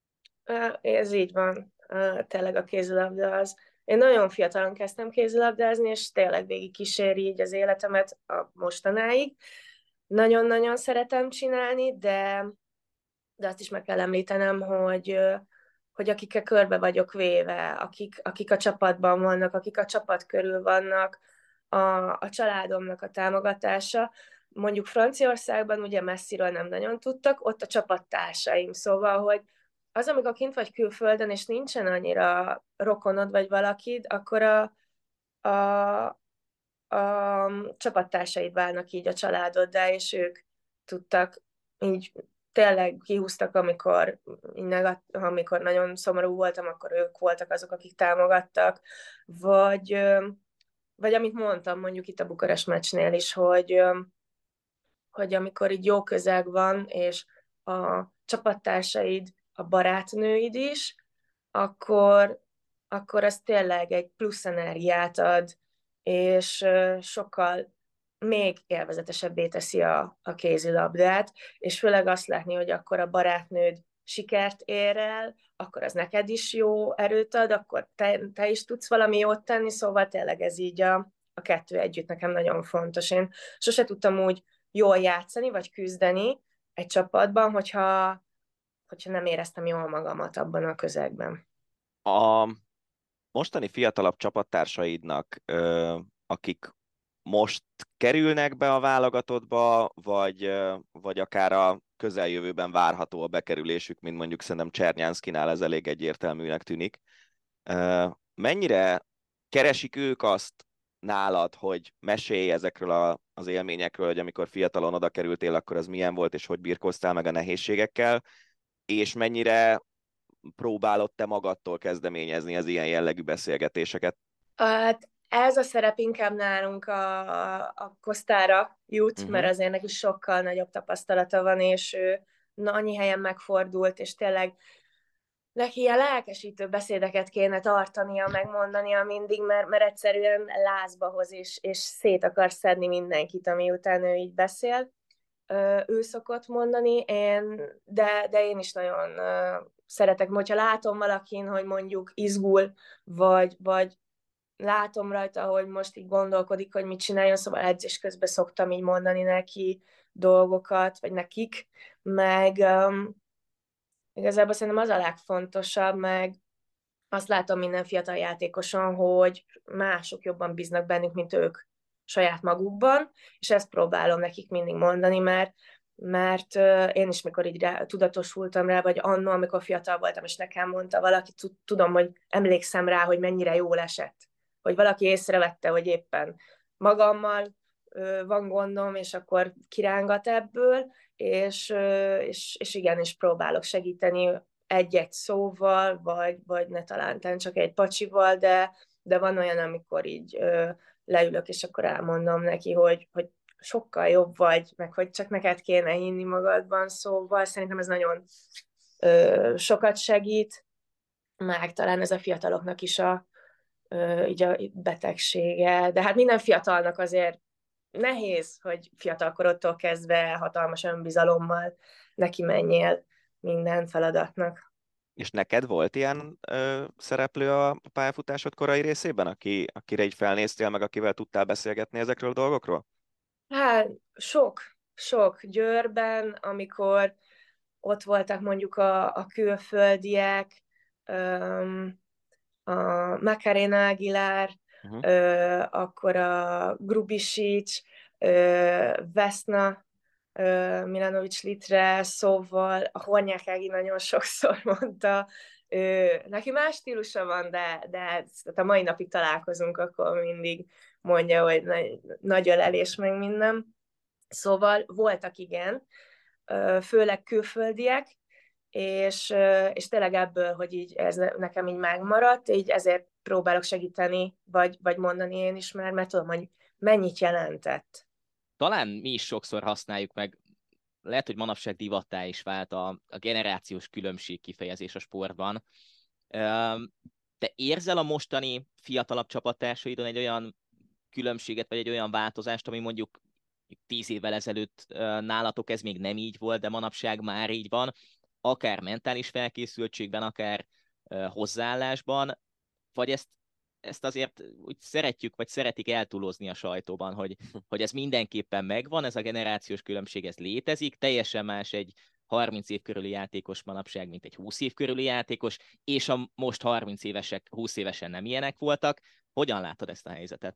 Ez így van. Tényleg a kézilabda az. Én nagyon fiatalon kezdtem kézilabdázni, és tényleg végig kíséri így az életemet a mostanáig. Nagyon-nagyon szeretem csinálni, de azt is meg kell említenem, hogy akikkel körbe vagyok véve, akik a csapatban vannak, akik a csapat körül vannak, a családomnak a támogatása. Mondjuk Franciaországban ugye messziről nem nagyon tudtak, ott a csapattársaim, szóval, hogy az, amikor kint vagy külföldön, és nincsen annyira rokonod vagy valakid, akkor a csapattársaid válnak így a családoddá, és ők tudtak így tényleg kihúztak, amikor nagyon szomorú voltam, akkor ők voltak azok, akik támogattak, vagy amit mondtam mondjuk itt a Bukarest meccsnél is, hogy amikor így jó közeg van, és a csapattársaid, a barátnőid is, akkor, akkor az tényleg egy plusz energiát ad, és sokkal még élvezetesebbé teszi a kézilabdát, és főleg azt látni, hogy akkor a barátnőd sikert ér el, akkor az neked is jó erőt ad, akkor te is tudsz valami jót tenni, szóval tényleg ez így a kettő együtt nekem nagyon fontos. Én sose tudtam úgy jól játszani, vagy küzdeni egy csapatban, hogyha nem éreztem jól magamat abban a közegben. A mostani fiatalabb csapattársaidnak, akik most kerülnek be a válogatottba, vagy akár a közeljövőben várható a bekerülésük, mint mondjuk szerintem Csernyánszkinál ez elég egyértelműnek tűnik. Mennyire keresik ők azt nálad, hogy mesélj ezekről az élményekről, hogy amikor fiatalon oda kerültél, akkor az milyen volt, és hogy birkóztál meg a nehézségekkel, és mennyire próbálod te magadtól kezdeményezni az ilyen jellegű beszélgetéseket? Hát ez a szerep inkább nálunk a Kosztára jut, mert azért neki sokkal nagyobb tapasztalata van, és ő annyi helyen megfordult, és tényleg neki ilyen lelkesítő beszédeket kéne tartania, megmondania mindig, mert egyszerűen lázba hoz, és szét akar szedni mindenkit, ami után ő így beszél. Ő szokott mondani, de én is nagyon szeretek, hogyha látom valakin, hogy mondjuk izgul, vagy látom rajta, hogy most így gondolkodik, hogy mit csináljon, szóval edzés közben szoktam így mondani neki dolgokat, vagy nekik, meg igazából szerintem az a legfontosabb, meg azt látom minden fiatal játékoson, hogy mások jobban bíznak bennük, mint ők saját magukban, és ezt próbálom nekik mindig mondani, mert én is, mikor így tudatosultam rá, vagy annó, amikor fiatal voltam, és nekem mondta valaki, tudom, hogy emlékszem rá, hogy mennyire jól esett. Hogy valaki észrevette, hogy éppen magammal van gondom, és akkor kirángat ebből, és igenis próbálok segíteni egy-egy szóval, vagy ne talán csak egy pacsival, de van olyan, amikor így leülök, és akkor elmondom neki, hogy sokkal jobb vagy, meg hogy csak neked kéne hinni magadban, szóval szerintem ez nagyon sokat segít, meg talán ez a fiataloknak is így a betegsége, de hát minden fiatalnak azért nehéz, hogy fiatalkorodtól kezdve hatalmas önbizalommal neki menjél minden feladatnak. És neked volt ilyen szereplő a pályafutásod korai részében, akire így felnéztél, meg akivel tudtál beszélgetni ezekről a dolgokról? Hát sok Győrben, amikor ott voltak mondjuk a külföldiek, a Macarena Aguilar, akkor a Grubisic, Vesna, Milanovic Litre, szóval a Hornyák Ági nagyon sokszor mondta, neki más stílusa van, de a mai napig találkozunk, akkor mindig mondja, hogy nagy ölelés meg minden. Szóval voltak igen, főleg külföldiek, és tényleg ebből, hogy így ez nekem így megmaradt, így ezért próbálok segíteni, vagy mondani én is, mert tudom, hogy mennyit jelentett. Talán mi is sokszor használjuk meg, lehet, hogy manapság divattá is vált a generációs különbség kifejezés a sportban. Te érzel a mostani fiatalabb csapattársaidon egy olyan különbséget, vagy egy olyan változást, ami mondjuk 10 évvel ezelőtt nálatok ez még nem így volt, de manapság már így van, akár mentális felkészültségben, akár hozzáállásban, vagy ezt azért úgy szeretjük, vagy szeretik eltúlozni a sajtóban, hogy ez mindenképpen megvan, ez a generációs különbség, ez létezik, teljesen más egy 30 év körüli játékos manapság, mint egy 20 év körüli játékos, és a most 30 évesek 20 évesen nem ilyenek voltak. Hogyan látod ezt a helyzetet?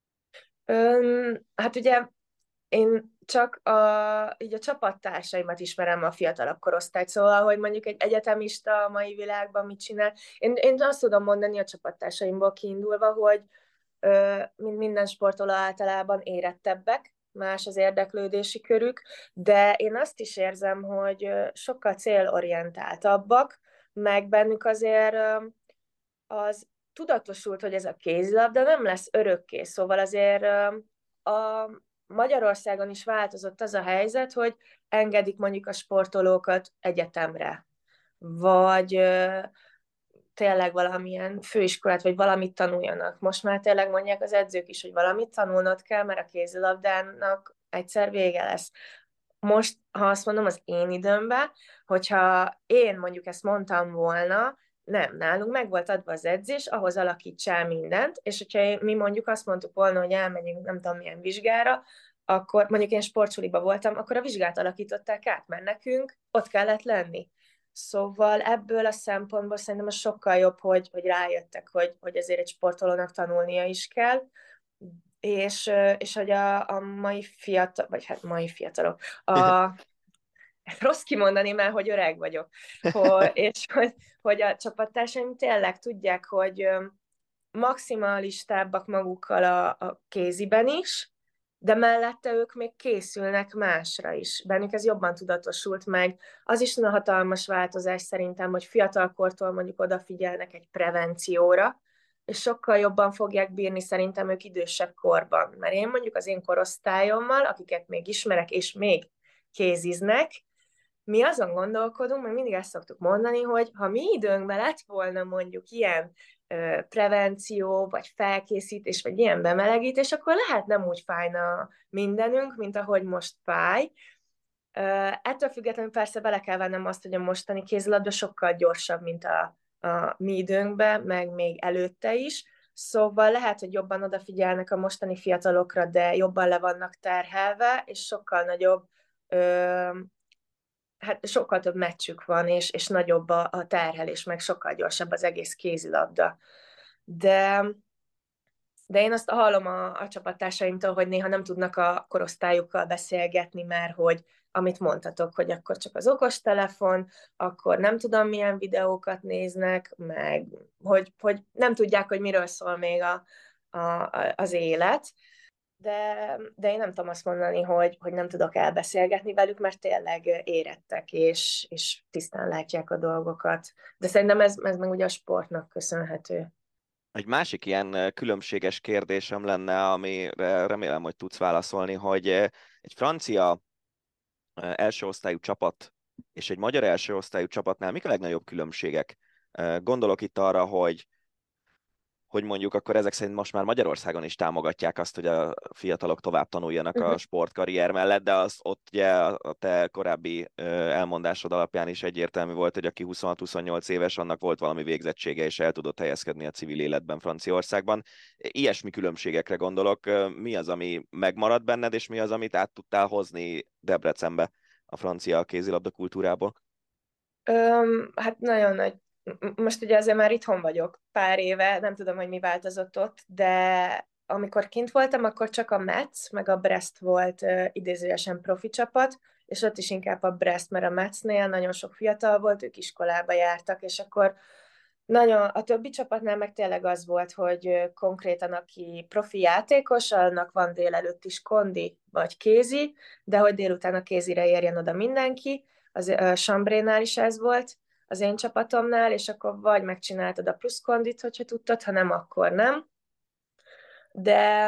Hát ugye én csak így a csapattársaimat ismerem a fiatalabb korosztályt, szóval, hogy mondjuk egy egyetemista a mai világban mit csinál. Én azt tudom mondani a csapattársaimból kiindulva, hogy mint minden sportoló általában érettebbek, más az érdeklődési körük, de én azt is érzem, hogy sokkal célorientáltabbak, meg bennük azért az tudatosult, hogy ez a kézilabda nem lesz örökké, szóval azért a Magyarországon is változott az a helyzet, hogy engedik mondjuk a sportolókat egyetemre, vagy tényleg valamilyen főiskolát, vagy valamit tanuljanak. Most már tényleg mondják az edzők is, hogy valamit tanulnod kell, mert a kézilabdának egyszer vége lesz. Most, ha azt mondom, az én időmben, hogyha én mondjuk ezt mondtam volna, nem, nálunk meg volt adva az edzés, ahhoz alakítsál mindent, és hogyha mi mondjuk azt mondtuk volna, hogy elmegyünk nem tudom milyen vizsgára, akkor mondjuk én sportsuliba voltam, akkor a vizsgát alakították át, mert nekünk ott kellett lenni. Szóval ebből a szempontból szerintem az sokkal jobb, hogy rájöttek, hogy ezért egy sportolónak tanulnia is kell, és hogy a mai fiatal, vagy hát mai fiatalok, rossz kimondani már, hogy öreg vagyok, és hogy a csapattársaim tényleg tudják, hogy maximalistábbak magukkal a kéziben is, de mellette ők még készülnek másra is. Bennük ez jobban tudatosult meg. Az is a hatalmas változás szerintem, hogy fiatalkortól mondjuk odafigyelnek egy prevencióra, és sokkal jobban fogják bírni szerintem ők idősebb korban. Mert én mondjuk az én korosztályommal, akiket még ismerek, és még kéziznek, mi azon gondolkodunk, mert mindig ezt szoktuk mondani, hogy ha mi időnkben lett volna mondjuk ilyen prevenció, vagy felkészítés, vagy ilyen bemelegítés, akkor lehet nem úgy fájna mindenünk, mint ahogy most fáj. Ettől függetlenül persze bele kell vennem azt, hogy a mostani kézilabda sokkal gyorsabb, mint a mi időnkben, meg még előtte is. Szóval lehet, hogy jobban odafigyelnek a mostani fiatalokra, de jobban le vannak terhelve, és sokkal nagyobb hát sokkal több meccsük van, és nagyobb a terhelés, meg sokkal gyorsabb az egész kézilabda. De én azt hallom a csapattársaimtól, hogy néha nem tudnak a korosztályukkal beszélgetni, mert hogy amit mondtatok, hogy akkor csak az okostelefon, akkor nem tudom milyen videókat néznek, meg hogy nem tudják, hogy miről szól még az élet. De én nem tudom azt mondani, hogy nem tudok elbeszélgetni velük, mert tényleg érettek, és tisztán látják a dolgokat. De szerintem ez meg ugye a sportnak köszönhető. Egy másik ilyen különbséges kérdésem lenne, amire remélem, hogy tudsz válaszolni, hogy egy francia első osztályú csapat és egy magyar első osztályú csapatnál mik a legnagyobb különbségek? Gondolok itt arra, hogy mondjuk akkor ezek szerint most már Magyarországon is támogatják azt, hogy a fiatalok tovább tanuljanak a sportkarrier mellett, de az ott ugye a te korábbi elmondásod alapján is egyértelmű volt, hogy aki 26-28 éves, annak volt valami végzettsége, és el tudott helyezkedni a civil életben Franciaországban. Ilyesmi különbségekre gondolok. Mi az, ami megmaradt benned, és mi az, amit át tudtál hozni Debrecenbe a francia kézilabda kultúrából? Hát nagyon nagy. Most ugye azért már itthon vagyok pár éve, nem tudom, hogy mi változott ott, de amikor kint voltam, akkor csak a Metz, meg a Brest volt idézőjesen profi csapat, és ott is inkább a Brest, mert a Metznél nagyon sok fiatal volt, ők iskolába jártak, és akkor nagyon, a többi csapatnál meg tényleg az volt, hogy konkrétan aki profi játékos, annak van délelőtt is kondi vagy kézi, de hogy délután a kézire érjen oda mindenki, az Chambrénál is ez volt, az én csapatomnál, és akkor vagy megcsináltad a plusz kondit, hogyha tudtad, ha nem, akkor nem. De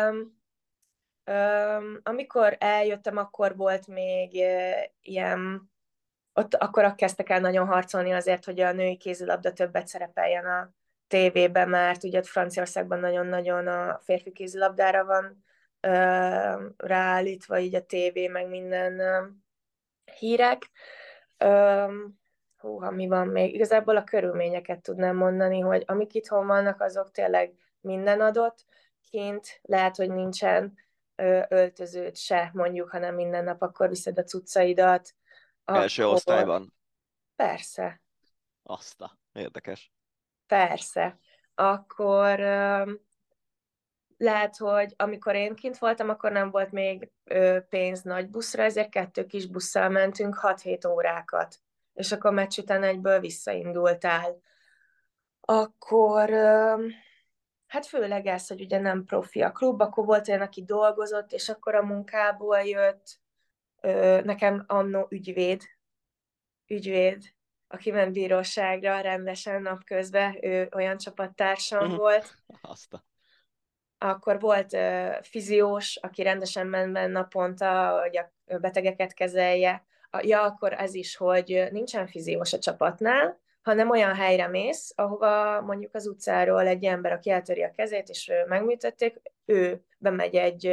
amikor eljöttem, akkor volt még ilyen, ott akkor kezdtek el nagyon harcolni azért, hogy a női kézilabda többet szerepeljen a tévében, mert ugye Franciaországban nagyon-nagyon a férfi kézilabdára van ráállítva így a tévé, meg minden hírek. Húha, mi van még? Igazából a körülményeket tudnám mondani, hogy amik itthon vannak, azok tényleg minden adott. Kint lehet, hogy nincsen öltözőt se, mondjuk, hanem minden nap akkor viszed a cuccaidat. Első osztályban? Persze. Érdekes. Persze. Akkor lehet, hogy amikor én kint voltam, akkor nem volt még pénz nagy buszra, ezért 2 kis busszal mentünk 6-7 órákat. És akkor meccs után egyből visszaindultál. Akkor, hát főleg ez, hogy ugye nem profi a klub, akkor volt olyan, aki dolgozott, és akkor a munkából jött. Nekem annó ügyvéd, aki ment bíróságra rendesen napközben, ő olyan csapattársam volt. Akkor volt fiziós, aki rendesen ment naponta, hogy a betegeket kezelje. Ja, akkor ez is, hogy nincsen fiziós a csapatnál, hanem olyan helyre mész, ahova mondjuk az utcáról egy ember, aki eltöri a kezét, és megműtötték, ő bemegy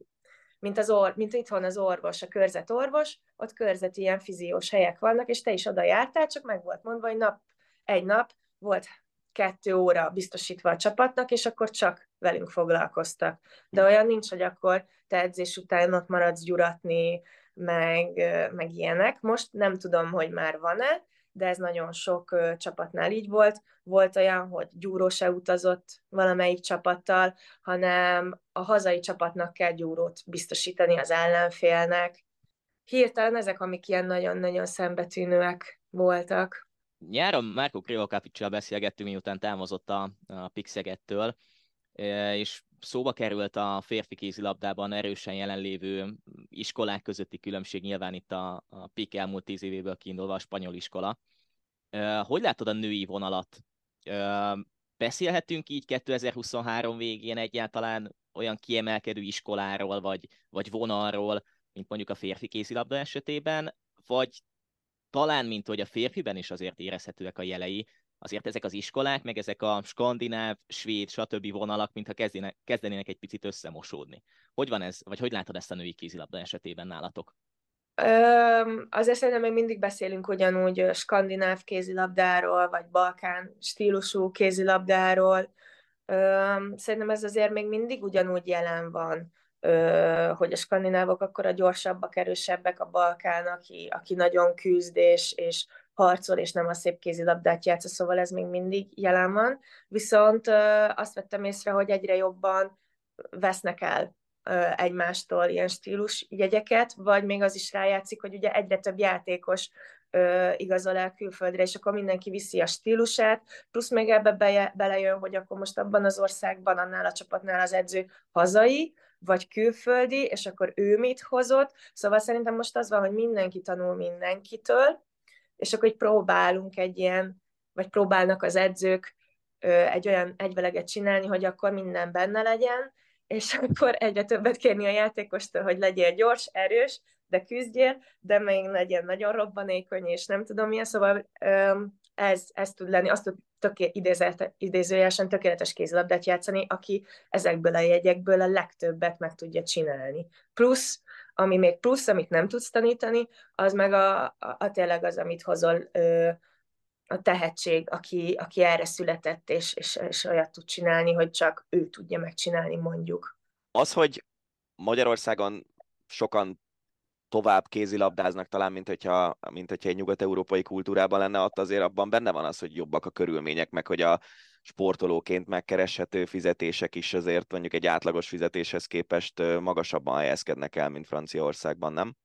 mint itthon az orvos, a körzetorvos, ott körzeti ilyen fiziós helyek vannak, és te is oda jártál, csak meg volt mondva, hogy egy nap volt 2 óra biztosítva a csapatnak, és akkor csak velünk foglalkoztak. De olyan nincs, hogy akkor te edzés után ott maradsz gyuratni, meg ilyenek. Most nem tudom, hogy már van-e, de ez nagyon sok csapatnál így volt. Volt olyan, hogy gyúró se utazott valamelyik csapattal, hanem a hazai csapatnak kell gyúrót biztosítani az ellenfélnek. Hirtelen ezek, amik ilyen nagyon-nagyon szembetűnőek voltak. Nyáron Márko Krivokapicsal beszélgettünk, miután távozott a Pixegettől, és szóba került a férfi kézilabdában erősen jelenlévő iskolák közötti különbség, nyilván itt a PIK elmúlt 10 évéből kiindulva a spanyol iskola. Hogy látod a női vonalat? Beszélhetünk így 2023 végén egyáltalán olyan kiemelkedő iskoláról, vagy vonalról, mint mondjuk a férfi kézilabda esetében, vagy talán, mint hogy a férfiben is azért érezhetőek a jelei, azért ezek az iskolák, meg ezek a skandináv, svéd, stb. Vonalak, mintha kezdenének egy picit összemosódni. Hogy van ez, vagy hogy látod ezt a női kézilabda esetében nálatok? Azért szerintem még mindig beszélünk ugyanúgy skandináv kézilabdáról, vagy balkán stílusú kézilabdáról. Szerintem ez azért még mindig ugyanúgy jelen van, hogy a skandinávok akkor a gyorsabbak, erősebbek, a balkán, aki nagyon küzd és harcol, és nem a szép kézilabdát játsza, szóval ez még mindig jelen van. Viszont azt vettem észre, hogy egyre jobban vesznek el egymástól ilyen stílus jegyeket, vagy még az is rájátszik, hogy ugye egyre több játékos igazol el külföldre, és akkor mindenki viszi a stílusát, plusz még ebbe belejön, hogy akkor most abban az országban, annál a csapatnál az edző hazai, vagy külföldi, és akkor ő mit hozott. Szóval szerintem most az van, hogy mindenki tanul mindenkitől, és akkor próbálunk vagy próbálnak az edzők egy olyan egyveleget csinálni, hogy akkor minden benne legyen, és akkor egyre többet kérni a játékostól, hogy legyél gyors, erős, de küzdjél, de még legyen nagyon robbanékony, és nem tudom milyen, szóval ez tud lenni, azt tud idézőjelesen tökéletes kézilabdát játszani, aki ezekből a jegyekből a legtöbbet meg tudja csinálni. Plusz, amit nem tudsz tanítani, az meg a tényleg az, amit hozol a tehetség, aki erre született, és olyat tud csinálni, hogy csak ő tudja megcsinálni, mondjuk. Az, hogy Magyarországon sokan tovább kézilabdáznak talán, mint hogyha egy nyugat-európai kultúrában lenne, ott azért abban benne van az, hogy jobbak a körülmények, meg hogy a sportolóként megkereshető fizetések is azért mondjuk egy átlagos fizetéshez képest magasabban helyezkednek el, mint Franciaországban, nem?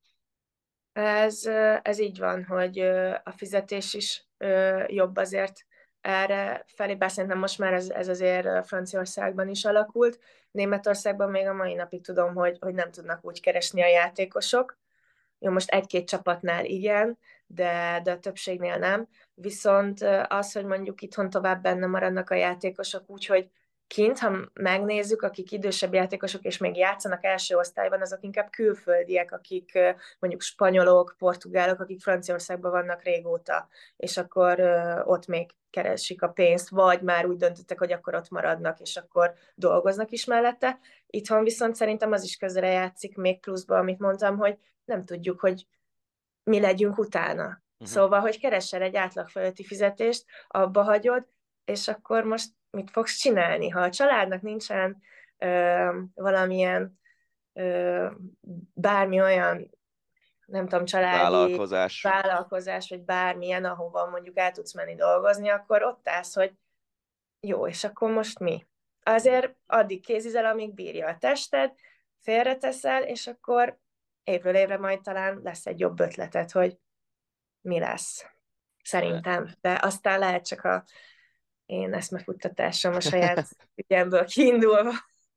Ez így van, hogy a fizetés is jobb azért erre felé, bár szerintem most már ez azért Franciaországban is alakult. Németországban még a mai napig tudom, hogy nem tudnak úgy keresni a játékosok. Jó, most 1-2 csapatnál igen, de a többségnél nem. Viszont az, hogy mondjuk itthon tovább benne maradnak a játékosok, úgyhogy kint, ha megnézzük, akik idősebb játékosok és még játszanak első osztályban, azok inkább külföldiek, akik mondjuk spanyolok, portugálok, akik Franciaországban vannak régóta, és akkor ott még keresik a pénzt, vagy már úgy döntöttek, hogy akkor ott maradnak, és akkor dolgoznak is mellette. Itthon viszont szerintem az is közre játszik még pluszba, amit mondtam, hogy nem tudjuk, hogy mi legyünk utána. Szóval, hogy keresel egy átlag fölötti fizetést, abba hagyod, és akkor most mit fogsz csinálni? Ha a családnak nincsen valamilyen bármi olyan, nem tudom, családi vállalkozás, vagy bármilyen, ahova mondjuk el tudsz menni dolgozni, akkor ott állsz, hogy jó, és akkor most mi? Azért addig kézizel, amíg bírja a tested, félreteszel, és akkor évről évre majd talán lesz egy jobb ötleted, hogy mi lesz. Szerintem. De aztán lehet csak én eszmefuttatásom a saját ügyemből kiindulva.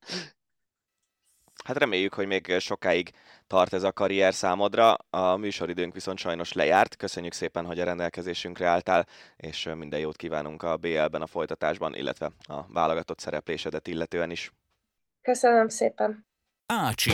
Hát reméljük, hogy még sokáig tart ez a karrier számodra. A műsoridőnk viszont sajnos lejárt. Köszönjük szépen, hogy a rendelkezésünkre álltál, és minden jót kívánunk a BL-ben, a folytatásban, illetve a válogatott szereplésedet illetően is. Köszönöm szépen. Ácsi.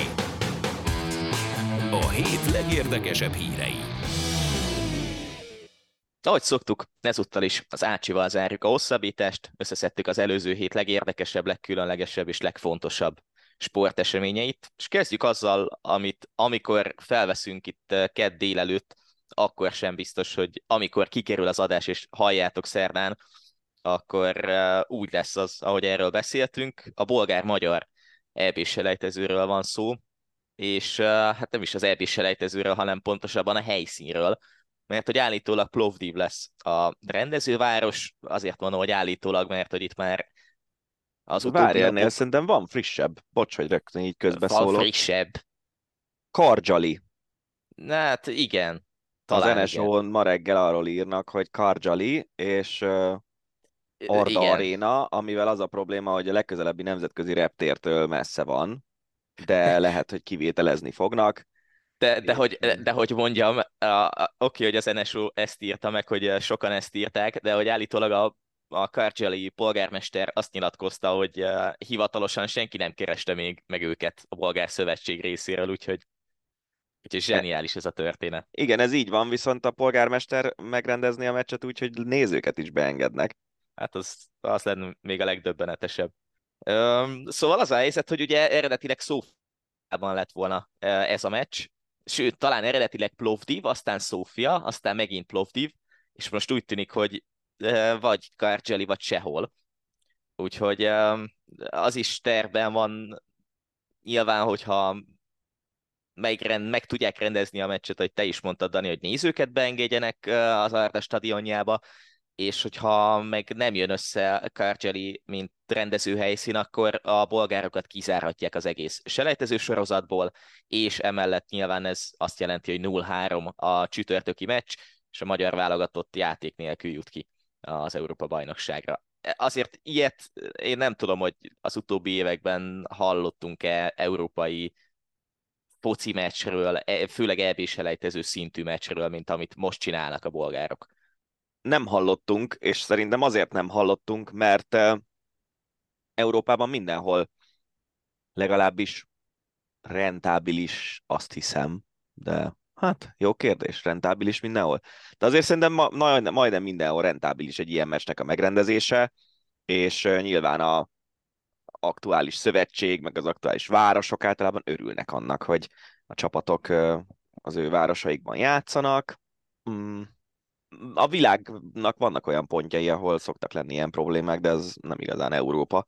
A hét legérdekesebb hírei. Ahogy szoktuk, ezúttal is az Ácsival zárjuk a hosszabbítást, összeszedtük az előző hét legérdekesebb, legkülönlegesebb és legfontosabb sporteseményeit, és kezdjük azzal, amit amikor felveszünk itt kedd délelőtt, akkor sem biztos, hogy amikor kikerül az adás és halljátok szerdán, akkor úgy lesz az, ahogy erről beszéltünk. A bolgár-magyar EB-s selejtezőről van szó, és hát nem is az EB-s selejtezőről, hanem pontosabban a helyszínről, mert hogy állítólag Plovdiv lesz a rendezőváros, azért mondom, hogy állítólag, mert hogy itt már az utóbbi Várj, ennél napok szerintem van frissebb. Bocs, hogy rögtön így van közbeszólok. frissebb. Kardzsali. Na, hát igen, Az talán igen. NSO-n ma reggel arról írnak, hogy Kardzsali és Arda Igen. Arena, amivel az a probléma, hogy a legközelebbi nemzetközi reptértől messze van, de lehet, hogy kivételezni fognak. De hogy mondjam, oké, hogy az NSO ezt írta meg, hogy sokan ezt írták, de hogy állítólag a Kardzsali polgármester azt nyilatkozta, hogy hivatalosan senki nem kereste még meg őket a bolgár szövetség részéről, úgyhogy zseniális ez a történet. Igen, ez így van, viszont a polgármester megrendezni a meccset úgy, hogy nézőket is beengednek. Hát az lenne még a legdöbbenetesebb. Szóval az a helyzet, hogy ugye eredetileg Szófiában lett volna ez a meccs, sőt, talán eredetileg Plovdiv, aztán Szófia, aztán megint Plovdiv, és most úgy tűnik, hogy vagy Kardzsali, vagy sehol. Úgyhogy az is tervben van, nyilván, hogyha meg tudják rendezni a meccset, hogy te is mondtad, Dani, hogy nézőket beengedjenek az Arda stadionjába, és hogyha meg nem jön össze Kardzsali, mint rendezőhelyszín, akkor a bolgárokat kizárhatják az egész selejtező sorozatból, és emellett nyilván ez azt jelenti, hogy 0-3 a csütörtöki meccs, és a magyar válogatott játék nélkül jut ki az Európa-bajnokságra. Azért ilyet én nem tudom, hogy az utóbbi években hallottunk-e európai foci meccsről, főleg EB selejtező szintű meccsről, mint amit most csinálnak a bolgárok. Nem hallottunk, és szerintem azért nem hallottunk, mert Európában mindenhol legalábbis rentábilis, azt hiszem, de hát jó kérdés, rentábilis mindenhol. De azért szerintem majdnem mindenhol rentábilis egy ilyen meccsnek a megrendezése, és nyilván a aktuális szövetség, meg az aktuális városok általában örülnek annak, hogy a csapatok az ő városaikban játszanak. A világnak vannak olyan pontjai, ahol szoktak lenni ilyen problémák, de ez nem igazán Európa.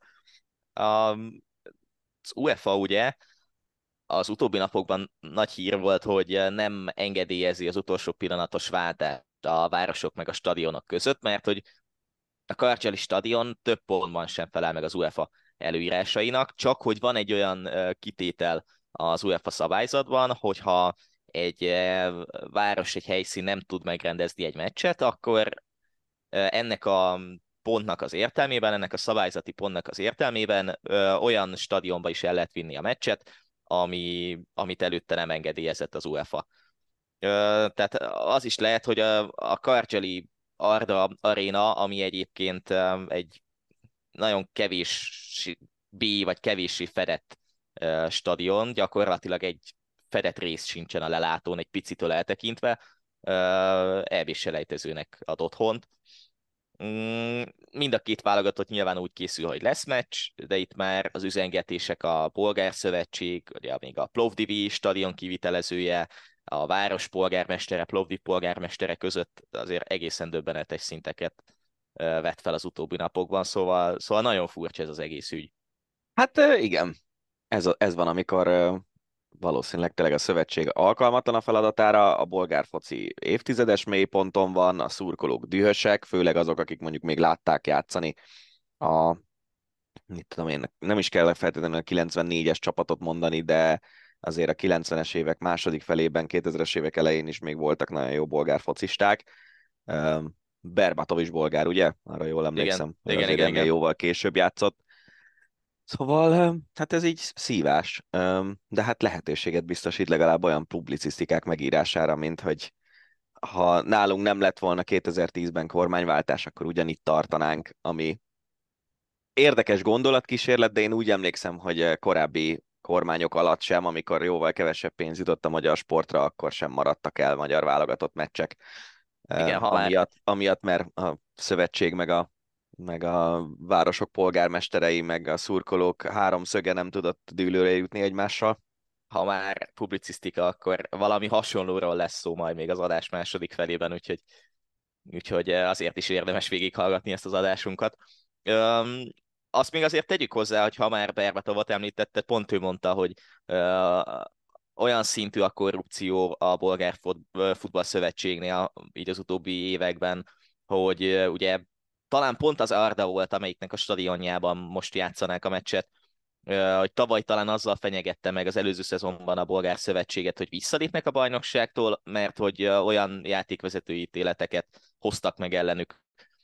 Az UEFA ugye az utóbbi napokban nagy hír volt, hogy nem engedélyezi az utolsó pillanatos váltást a városok meg a stadionok között, mert hogy a Kardzsali stadion több pontban sem felel meg az UEFA előírásainak, csak hogy van egy olyan kitétel az UEFA szabályzatban, hogyha egy város, egy helyszín nem tud megrendezni egy meccset, akkor ennek a pontnak az értelmében, ennek a szabályzati pontnak az értelmében olyan stadionba is el lehet vinni a meccset, amit előtte nem engedélyezett az UEFA. Tehát az is lehet, hogy a Kardzsali Arda Arena, ami egyébként egy nagyon kevés B vagy kevéssé fedett stadion, gyakorlatilag egy fedett rész sincsen a lelátón, egy picitől eltekintve, EB selejtezőnek ad otthont. Mind a két válogatott nyilván úgy készül, hogy lesz meccs, de itt már az üzengetések a Bolgár Szövetség, ugye még a Plovdivi stadion kivitelezője, a város polgármestere, Plovdiv polgármestere között azért egészen döbbenetes szinteket vett fel az utóbbi napokban, szóval nagyon furcsa ez az egész ügy. Hát igen, ez van, amikor valószínűleg tényleg a szövetség alkalmatlan a feladatára, a bolgár foci évtizedes mélyponton van, a szurkolók dühösek, főleg azok, akik mondjuk még látták játszani mit tudom én, nem is kell feltétlenül a 94-es csapatot mondani, de azért a 90-es évek második felében, 2000-es évek elején is még voltak nagyon jó bolgár focisták. Berbatov is bolgár, ugye? Arra jól emlékszem, hogy azért ennél jóval később játszott. Szóval, hát ez így szívás, de hát lehetőséget biztosít legalább olyan publicisztikák megírására, mint hogy ha nálunk nem lett volna 2010-ben kormányváltás, akkor ugyanitt tartanánk, ami érdekes gondolatkísérlet, de én úgy emlékszem, hogy korábbi kormányok alatt sem, amikor jóval kevesebb pénz jutott a magyar sportra, akkor sem maradtak el magyar válogatott meccsek. Igen, ha már amiatt, mert a szövetség meg a városok polgármesterei, meg a szurkolók háromszöge nem tudott dűlőre jutni egymással. ha már publicisztika, akkor valami hasonlóról lesz szó majd még az adás második felében, úgyhogy azért is érdemes végighallgatni ezt az adásunkat. Öm, Azt még azért tegyük hozzá, hogy ha már Berbatovot említette, pont ő mondta, hogy olyan szintű a korrupció a bolgár futballszövetségnél így az utóbbi években, hogy ugye talán pont az Arda volt, amelyiknek a stadionjában most játszanák a meccset, hogy tavaly talán azzal fenyegette meg az előző szezonban a bolgár szövetséget, hogy visszalépnek a bajnokságtól, mert hogy olyan játékvezetői ítéleteket hoztak meg ellenük,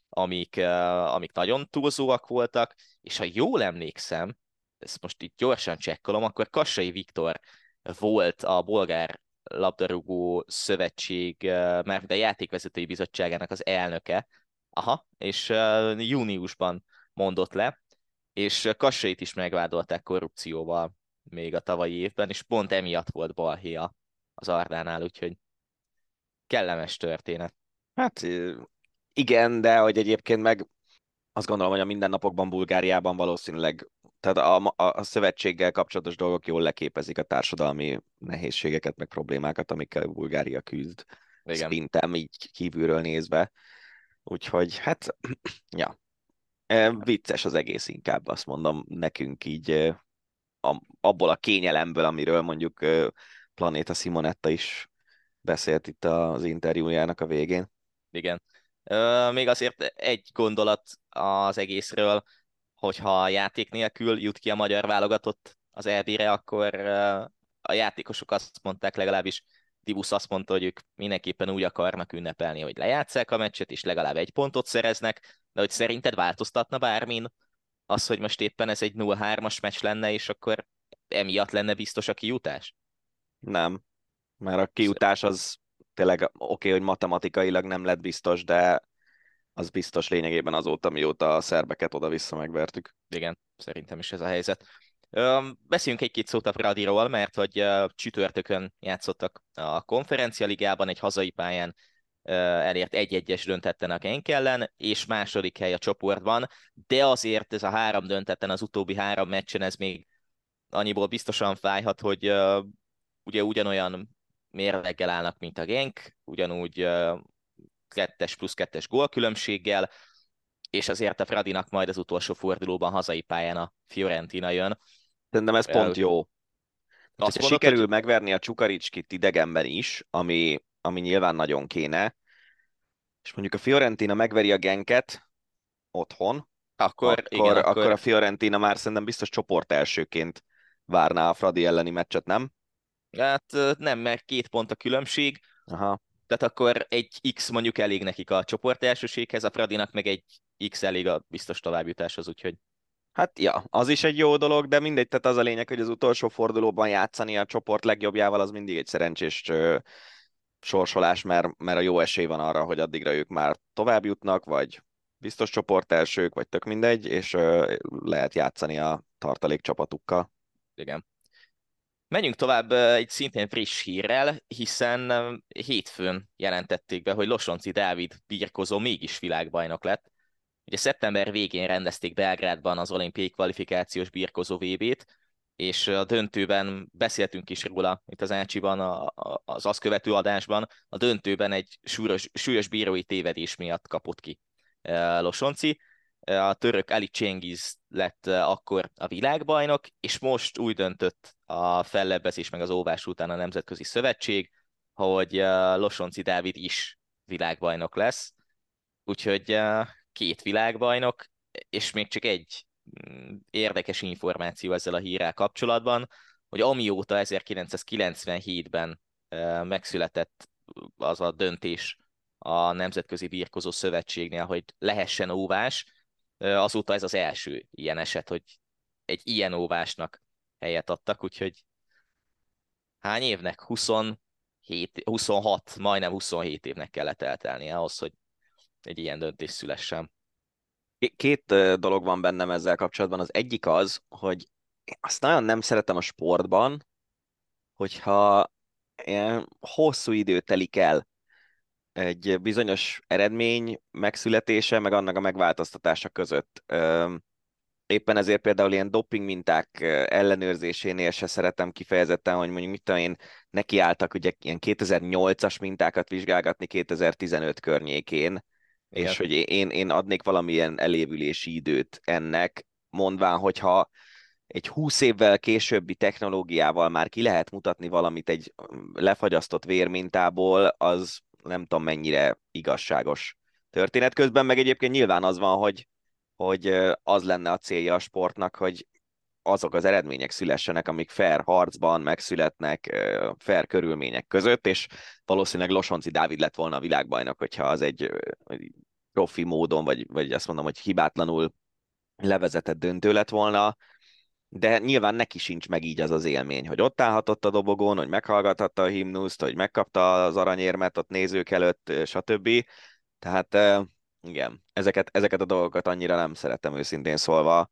amik nagyon túlzóak voltak, és ha jól emlékszem, ezt most itt gyorsan csekkolom, akkor Kassai Viktor volt a bolgár labdarúgó szövetség, már a játékvezetői bizottságának az elnöke, és júniusban mondott le, és Kassait is megvádolták korrupcióval még a tavalyi évben, és pont emiatt volt balhéja az Ardánál, úgyhogy kellemes történet. Hát igen, de hogy egyébként meg azt gondolom, hogy a mindennapokban Bulgáriában valószínűleg, tehát a szövetséggel kapcsolatos dolgok jól leképezik a társadalmi nehézségeket, meg problémákat, amikkel Bulgária küzd. Igen. Szerintem így kívülről nézve. Úgyhogy hát, ja, vicces az egész inkább, azt mondom nekünk így abból a kényelemből, amiről mondjuk Planéta Simonetta is beszélt itt az interjújának a végén. Igen. Még azért egy gondolat az egészről, hogyha a játék nélkül jut ki a magyar válogatott az EB-re, akkor a játékosok azt mondták, legalábbis Dibusz azt mondta, hogy ők mindenképpen úgy akarnak ünnepelni, hogy lejátsszák a meccset, és legalább egy pontot szereznek, de hogy szerinted változtatna bármin az, hogy most éppen ez egy 0-3-as meccs lenne, és akkor emiatt lenne biztos a kijutás? Nem, mert a kijutás az tényleg oké, hogy matematikailag nem lett biztos, de az biztos lényegében azóta, mióta a szerbeket oda-vissza megvertük. Igen, szerintem is ez a helyzet. Beszéljünk egy-két szót a Fradiról, mert hogy csütörtökön játszottak a Konferencia Ligában, egy hazai pályán elért 1-1-es döntetten a Genk ellen, és második hely a csoportban, de azért ez a 3 döntetten az utóbbi 3 meccsen ez még annyiból biztosan fájhat, hogy ugye ugyanolyan mérleggel állnak, mint a Genk, ugyanúgy 2+2 gólkülönbséggel, és azért a Fradinak majd az utolsó fordulóban hazai pályán a Fiorentina jön. Szerintem ez pont jó. Azt Hogyha mondod, sikerül hogy megverni a Csukaricskit idegenben is, ami nyilván nagyon kéne, és mondjuk a Fiorentina megveri a Genket otthon, akkor, igen, akkor a Fiorentina már szerintem biztos csoport elsőként várná a Fradi elleni meccset, nem? hát nem, mert 2 pont a különbség, Aha. tehát akkor egy X mondjuk elég nekik a csoport elsőséghez, a Fradinak meg egy X elég a biztos továbbjutáshoz, úgyhogy Hát ja, az is egy jó dolog, de mindegy, tehát az a lényeg, hogy az utolsó fordulóban játszani a csoport legjobbjával, az mindig egy szerencsés sorsolás, mert a jó esély van arra, hogy addigra ők már tovább jutnak, vagy biztos csoport elsők, vagy tök mindegy, és lehet játszani a tartalék csapatukkal. igen. Menjünk tovább egy szintén friss hírrel, hiszen hétfőn jelentették be, hogy Losonci Dávid birkózó mégis világbajnok lett. Ugye szeptember végén rendezték Belgrádban az olimpiai kvalifikációs birkózó VB-t, és a döntőben beszéltünk is róla, itt az Ácsiban, az azt követő adásban, a döntőben egy súlyos bírói tévedés miatt kapott ki Losonci. A török Ali Cengiz lett akkor a világbajnok, és most úgy döntött a fellebbezés meg az óvás után a Nemzetközi Szövetség, hogy Losonci Dávid is világbajnok lesz. Úgyhogy 2 világbajnok, és még csak egy érdekes információ ezzel a hírrel kapcsolatban, hogy amióta 1997-ben megszületett az a döntés a Nemzetközi Birkózó Szövetségnél, hogy lehessen óvás, azóta ez az első ilyen eset, hogy egy ilyen óvásnak helyet adtak, úgyhogy hány évnek? 27, 26, majdnem 27 évnek kellett eltelnie ahhoz, hogy egy ilyen döntés szülessen. 2 dolog van bennem ezzel kapcsolatban. Az egyik az, hogy azt nagyon nem szeretem a sportban, hogyha ilyen hosszú idő telik el egy bizonyos eredmény megszületése, meg annak a megváltoztatása között. Éppen ezért például ilyen doping minták ellenőrzésénél se szeretem kifejezetten, hogy mondjuk mit tudom én, nekiálltak ugye ilyen 2008-as mintákat vizsgálgatni 2015 környékén, Igen. és hogy én adnék valamilyen elévülési időt ennek, mondván, hogyha egy 20 évvel későbbi technológiával már ki lehet mutatni valamit egy lefagyasztott vérmintából, az nem tudom mennyire igazságos történet. Közben meg egyébként nyilván az van, hogy az lenne a célja a sportnak, hogy azok az eredmények szülessenek, amik fair harcban megszületnek, fair körülmények között, és valószínűleg Losonci Dávid lett volna a világbajnok, hogyha az egy profi módon, vagy azt mondom, hogy hibátlanul levezetett döntő lett volna, de nyilván neki sincs meg így az az élmény, hogy ott állhatott a dobogón, hogy meghallgathatta a himnuszt, hogy megkapta az aranyérmet ott nézők előtt, stb. Tehát igen, ezeket a dolgokat annyira nem szeretem őszintén szólva,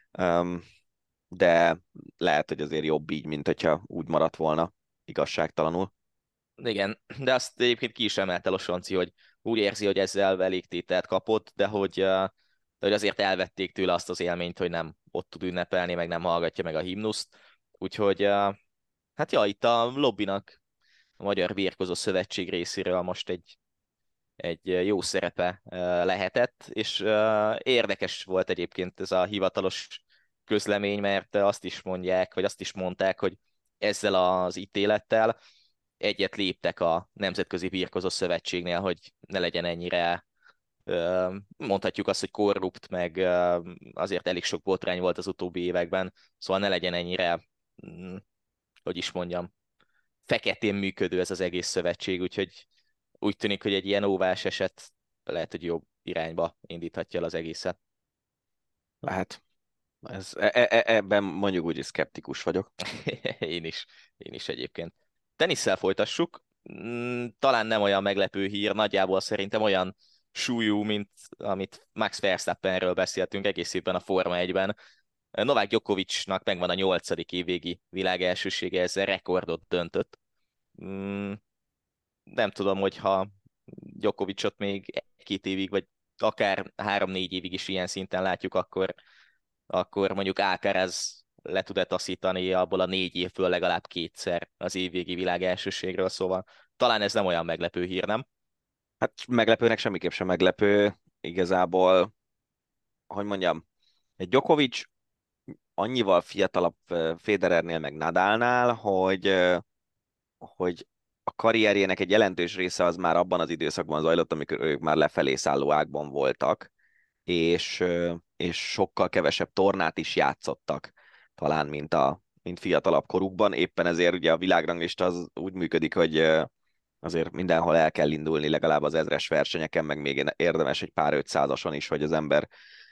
de lehet, hogy azért jobb így, mint hogyha úgy maradt volna igazságtalanul. Igen, de azt egyébként ki is emelte Losonci, hogy úgy érzi, hogy ezzel elég tételt kapott, de hogy azért elvették tőle azt az élményt, hogy nem ott tud ünnepelni, meg nem hallgatja meg a himnuszt. Úgyhogy hát ja, itt a lobbinak, a Magyar Birkózó Szövetség részéről most egy jó szerepe lehetett, és érdekes volt egyébként ez a hivatalos közlemény, mert azt is mondják, vagy azt is mondták, hogy ezzel az ítélettel egyet léptek a Nemzetközi Birkózó Szövetségnél, hogy ne legyen ennyire, mondhatjuk azt, hogy korrupt, meg azért elég sok botrány volt az utóbbi években, szóval ne legyen ennyire, hogy is mondjam, feketén működő ez az egész szövetség, úgyhogy úgy tűnik, hogy egy ilyen óvás eset lehet, hogy jobb irányba indíthatja el az egészet. Lehet. Ebben mondjuk úgy is szkeptikus vagyok. Én is egyébként. Tenisszel folytassuk. Talán nem olyan meglepő hír, nagyjából szerintem olyan súlyú, mint amit Max Verstappenről beszéltünk egész évben a Forma 1-ben. Novák Djokovicnak megvan a 8. évvégi világelsősége, ezzel rekordot döntött. Nem tudom, hogyha Djokovicot még 2 évig, vagy akár 3-4 évig is ilyen szinten látjuk, akkor mondjuk Alcaraz le tud-e taszítani abból a 4 évből legalább 2-szer az évvégi világelsőségről, szóval talán ez nem olyan meglepő hír, nem? Hát meglepőnek semmiképp sem meglepő. Igazából, hogy mondjam, egy Djokovic annyival fiatalabb Federernél meg Nadalnál, hogy a karrierjének egy jelentős része az már abban az időszakban zajlott, amikor ők már lefelé szálló ágban voltak, és sokkal kevesebb tornát is játszottak, talán, mint fiatalabb korukban. Éppen ezért ugye a világranglista az úgy működik, hogy azért mindenhol el kell indulni, legalább az 1000-es versenyeken, meg még érdemes egy pár 500-ason is, hogy az ember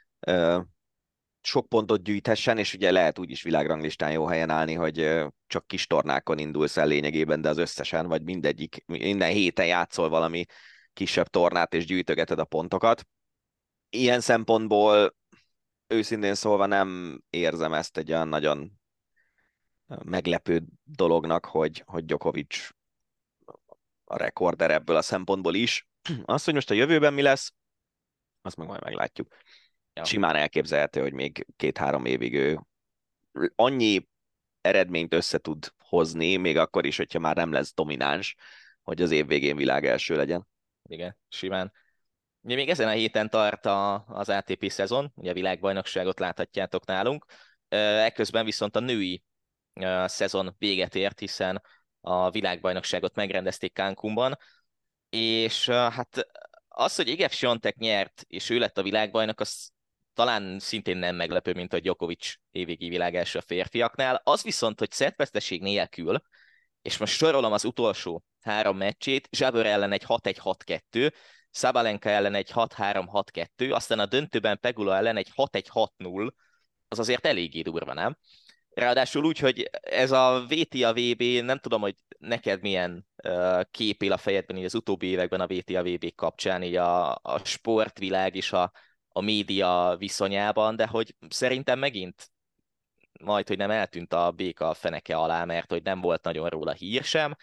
sok pontot gyűjthessen, és ugye lehet úgy is világranglistán jó helyen állni, hogy csak kis tornákon indulsz el lényegében, de az összesen, vagy minden héten játszol valami kisebb tornát, és gyűjtögeted a pontokat. Ilyen szempontból őszintén szólva nem érzem ezt egy olyan nagyon meglepő dolognak, hogy Djokovic a rekorder ebből a szempontból is. Azt, hogy most a jövőben mi lesz, azt meg majd meglátjuk. Ja. Simán elképzelhető, hogy még 2-3 évig ő annyi eredményt össze tud hozni, még akkor is, hogyha már nem lesz domináns, hogy az év végén világ első legyen. Igen, simán. Ugye még ezen a héten tart az ATP szezon, ugye a világbajnokságot láthatjátok nálunk. Ekközben viszont a női szezon véget ért, hiszen a világbajnokságot megrendezték Cancúnban, és hát az, hogy Igor Swiatek nyert, és ő lett a világbajnok, az talán szintén nem meglepő, mint a Djokovic évvégi világelső a férfiaknál. Az viszont, hogy szettveszteség nélkül, és most sorolom az utolsó 3 meccsét, Jabeur ellen egy 6-1-6-2, Sabalenka ellen egy 6-3-6-2, aztán a döntőben Pegula ellen egy 6-1-6-0, az azért eléggé durva, nem? Ráadásul úgy, hogy ez a VTA VB, nem tudom, hogy neked milyen kép él a fejedben így az utóbbi években a VTA VB kapcsán, így a sportvilág és a média viszonyában, de hogy szerintem megint majd, hogy nem eltűnt a béka a feneke alá, mert hogy nem volt nagyon róla hír sem,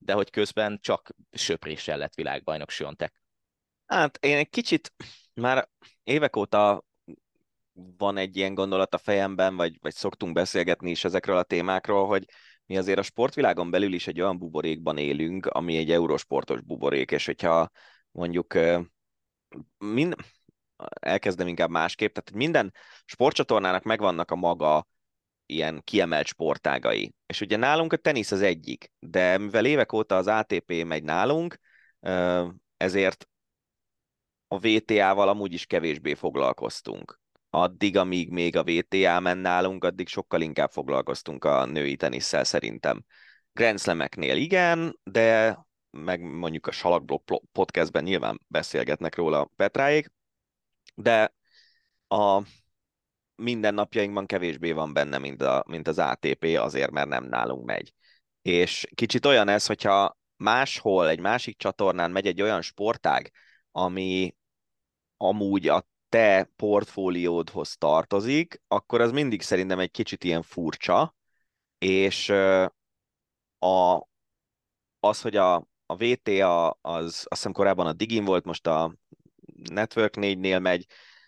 de hogy közben csak söpréssel lett világbajnok Swiatek. Hát én egy kicsit már évek óta van egy ilyen gondolat a fejemben, vagy szoktunk beszélgetni is ezekről a témákról, hogy mi azért a sportvilágon belül is egy olyan buborékban élünk, ami egy eurosportos buborék, és hogyha mondjuk mind, elkezdem inkább másképp, tehát hogy minden sportcsatornának megvannak a maga ilyen kiemelt sportágai. És ugye nálunk a tenisz az egyik, de mivel évek óta az ATP megy nálunk, ezért a VTA-val amúgy is kevésbé foglalkoztunk. Addig, amíg még a VTA ment nálunk, addig sokkal inkább foglalkoztunk a női tenisszel szerintem. Grand Slam-eknél igen, de meg mondjuk a Salakblog podcastben nyilván beszélgetnek róla Petráék, de a mindennapjainkban kevésbé van benne, mint az ATP, azért, mert nem nálunk megy. És kicsit olyan ez, hogyha máshol, egy másik csatornán megy egy olyan sportág, ami amúgy a te portfóliódhoz tartozik, akkor az mindig szerintem egy kicsit ilyen furcsa, és a, az, hogy a VTA az azt hiszem korábban a Digin volt, most a Network 4-nél megy,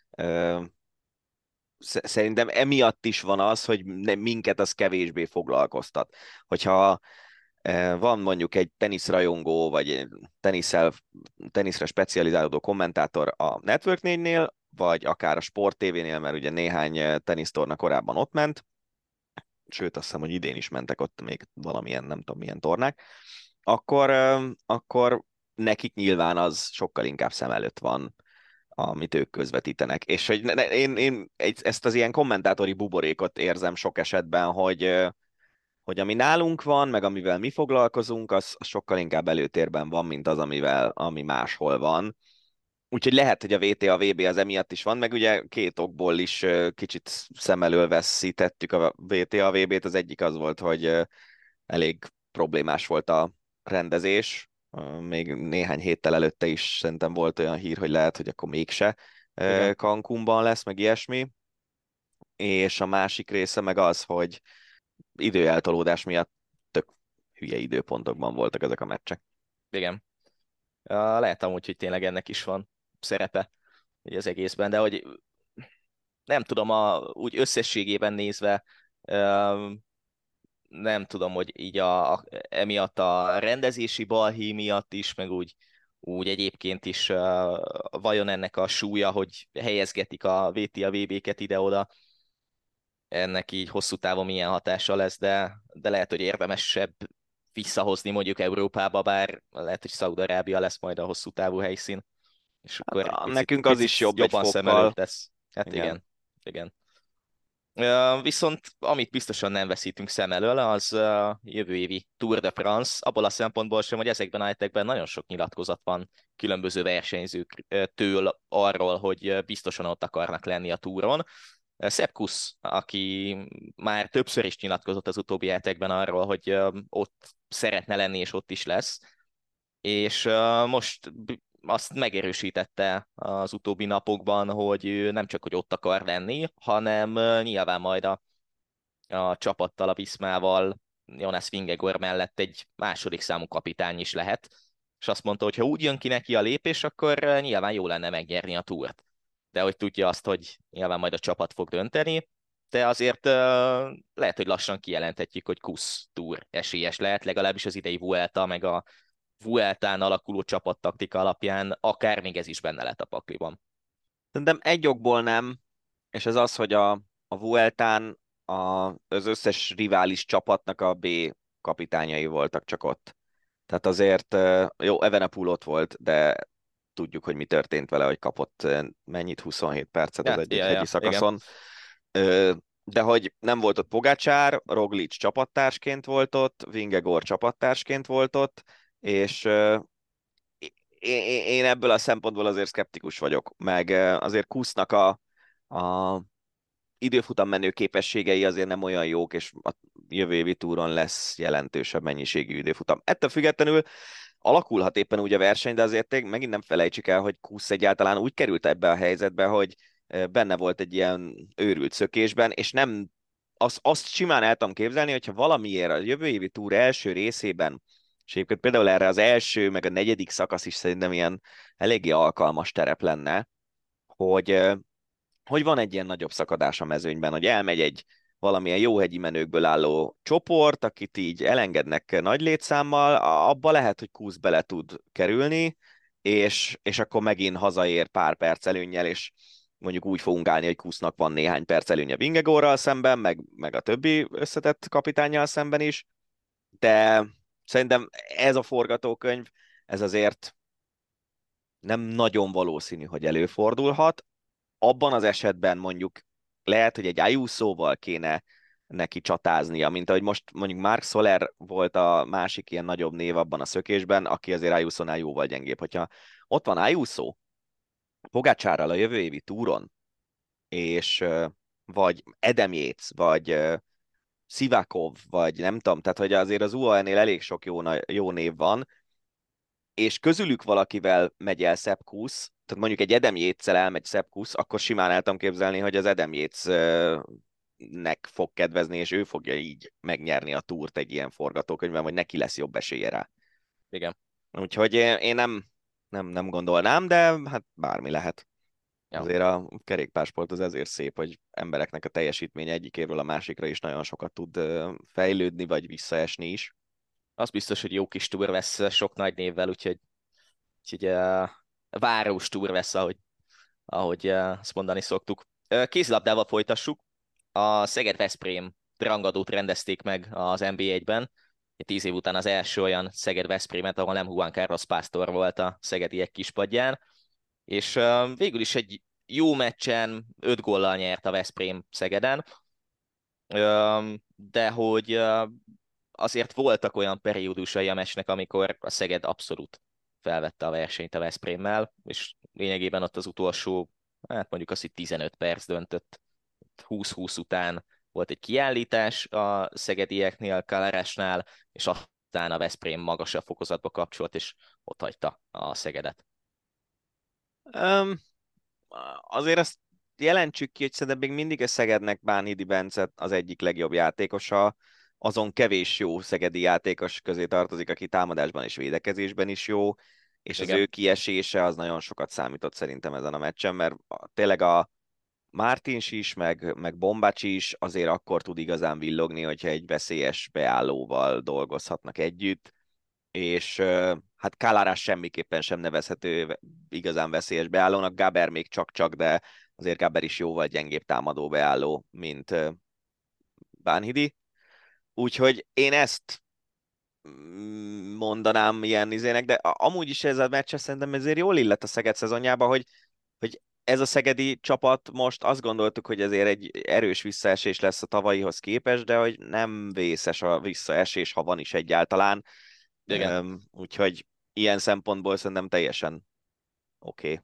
szerintem emiatt is van az, hogy minket az kevésbé foglalkoztat. Hogyha van mondjuk egy teniszrajongó, vagy egy teniszre specializálódó kommentátor a Network 4-nél, vagy akár a Sport TV-nél, mert ugye néhány tenisztorna korábban ott ment, sőt azt hiszem, hogy idén is mentek ott még valamilyen, nem tudom milyen tornák, akkor nekik nyilván az sokkal inkább szem előtt van, amit ők közvetítenek. És hogy én ezt az ilyen kommentátori buborékot érzem sok esetben, hogy ami nálunk van, meg amivel mi foglalkozunk, az sokkal inkább előtérben van, mint az, ami máshol van. Úgyhogy lehet, hogy a VTA VB az emiatt is van, meg ugye két okból is kicsit szem elől veszítettük a VTA VB-t. Az egyik az volt, hogy elég problémás volt a rendezés. Még néhány héttel előtte is szerintem volt olyan hír, hogy lehet, hogy akkor mégse Cancúnban lesz, meg ilyesmi. És a másik része meg az, hogy időeltolódás miatt tök hülye időpontokban voltak ezek a meccsek. Igen. Lehet amúgy, hogy tényleg ennek is van szerepe ugye az egészben, de hogy nem tudom, úgy összességében nézve nem tudom, hogy így emiatt a rendezési balhé miatt is, meg úgy egyébként is vajon ennek a súlya, hogy helyezgetik a VTA VB-ket ide-oda, ennek így hosszú távon milyen hatása lesz, de lehet, hogy érdemesebb visszahozni mondjuk Európába, bár lehet, hogy Szaúd-Arábia lesz majd a hosszú távú helyszín, és akkor Hát, nekünk az is jobb egy jobban szem fokkal. előtt lesz. Hát igen. Viszont amit biztosan nem veszítünk szem elől, az jövő évi Tour de France, abból a szempontból sem, hogy ezekben a hetekben nagyon sok nyilatkozat van különböző versenyzőktől arról, hogy biztosan ott akarnak lenni a túron. Sepp Kuss, aki már többször is nyilatkozott az utóbbi hetekben arról, hogy ott szeretne lenni, és ott is lesz, és most azt megerősítette az utóbbi napokban, hogy ő nem csak, hogy ott akar lenni, hanem nyilván majd a csapattal, a Viszmával, Jonas Vingegaard mellett egy második számú kapitány is lehet, és azt mondta, hogy ha úgy jön ki neki a lépés, akkor nyilván jó lenne megnyerni a túrt. De hogy tudja azt, hogy nyilván majd a csapat fog dönteni, de azért lehet, hogy lassan kijelenthetjük, hogy Kuss túr esélyes lehet, legalábbis az idei Vuelta, meg a Vueltán alakuló csapattaktika alapján akár még ez is benne lehet a pakliban. Szerintem egy okból nem, és ez az, hogy a Vueltán az összes rivális csapatnak a B kapitányai voltak csak ott. Tehát azért, jó, Evenepoel ott volt, de tudjuk, hogy mi történt vele, hogy kapott mennyit, 27 percet az egyik hegyi szakaszon. De hogy nem volt ott Pogačar, Roglic csapattársként volt ott, Vingegaard csapattársként volt ott, és én ebből a szempontból azért szkeptikus vagyok, meg azért Kusznak a időfutam menő képességei azért nem olyan jók, és a jövő évi túron lesz jelentősebb mennyiségű időfutam. Ettől függetlenül alakulhat éppen úgy a verseny, de azért megint nem felejtsük el, hogy Kusz egyáltalán úgy került ebbe a helyzetbe, hogy benne volt egy ilyen őrült szökésben, és nem azt simán el tudom képzelni, hogyha valamiért a jövő évi túr első részében És egyébként például erre az első, meg a negyedik szakasz is szerintem ilyen eléggé alkalmas terep lenne, hogy van egy ilyen nagyobb szakadás a mezőnyben, hogy elmegy egy valamilyen jó hegyi menőkből álló csoport, akit így elengednek nagy létszámmal, abba lehet, hogy Kusz bele tud kerülni, és akkor megint hazaér pár perc előnnyel, és mondjuk úgy fogunk állni, hogy Kusznak van néhány perc előnye Vingegorral szemben, meg a többi összetett kapitánnyal szemben is, de szerintem ez a forgatókönyv, ez azért nem nagyon valószínű, hogy előfordulhat. Abban az esetben mondjuk lehet, hogy egy Ayuso-val kéne neki csatáznia, mint ahogy most mondjuk Marc Soler volt a másik ilyen nagyobb név abban a szökésben, aki azért Ayuso-nál jóval gyengébb. Hogyha ott van Ayuso, Pogačarral a jövő évi túron, és vagy Adam Yates, vagy Sivakov, vagy nem tudom, tehát hogy azért az UAE-nél elég sok jó név van, és közülük valakivel megy el Sepp Kuss, tehát mondjuk egy Adam Yates-szel elmegy Sepp Kuss, akkor simán el tudom képzelni, hogy az Adam Yates-nek fog kedvezni, és ő fogja így megnyerni a túrt egy ilyen forgatókönyvben, vagy neki lesz jobb esélye rá. Igen. Úgyhogy én nem gondolnám, de hát bármi lehet. Ja. Azért a kerékpársport az ezért szép, hogy embereknek a teljesítménye egyik évről a másikra is nagyon sokat tud fejlődni, vagy visszaesni is. Az biztos, hogy jó kis túr lesz sok nagy névvel, úgyhogy város túr lesz, ahogy azt mondani szoktuk. Kézilabdával folytassuk. A Szeged-Veszprém rangadót rendezték meg az NB1-ben. 10 év után az első olyan Szeged-Veszprémet, ahol nem Juan Carlos Pásztor volt a szegediek kispadján. És végül is egy jó meccsen 5 góllal nyert a Veszprém Szegeden. De hogy azért voltak olyan periódusai a meccsnek, amikor a Szeged abszolút felvette a versenyt a Veszprémmel, és lényegében ott az utolsó, hát mondjuk azt, hogy 15 perc döntött, 20-20 után volt egy kiállítás a szegedieknél, Kalarásnál, és aztán a Veszprém magasabb fokozatba kapcsolt, és ott hagyta a Szegedet. Azért azt jelentsük ki, hogy szerintem még mindig a Szegednek Bánhidi Bence az egyik legjobb játékosa, azon kevés jó szegedi játékos közé tartozik, aki támadásban és védekezésben is jó, és Igen. az ő kiesése az nagyon sokat számított szerintem ezen a meccsen, mert tényleg a Martins is, meg Bombács is azért akkor tud igazán villogni, hogyha egy veszélyes beállóval dolgozhatnak együtt, és hát Kálárás semmiképpen sem nevezhető igazán veszélyes beállónak, Gaber még csak-csak, de azért Gaber is jóval gyengébb támadó beálló, mint Bánhidi. Úgyhogy én ezt mondanám ilyen izének, de amúgy is ez a meccs szerintem ezért jól illet a Szeged szezonjába, hogy ez a szegedi csapat most azt gondoltuk, hogy ezért egy erős visszaesés lesz a tavalyihoz képest, de hogy nem vészes a visszaesés, ha van is egyáltalán. Igen. Úgyhogy ilyen szempontból szerintem teljesen oké.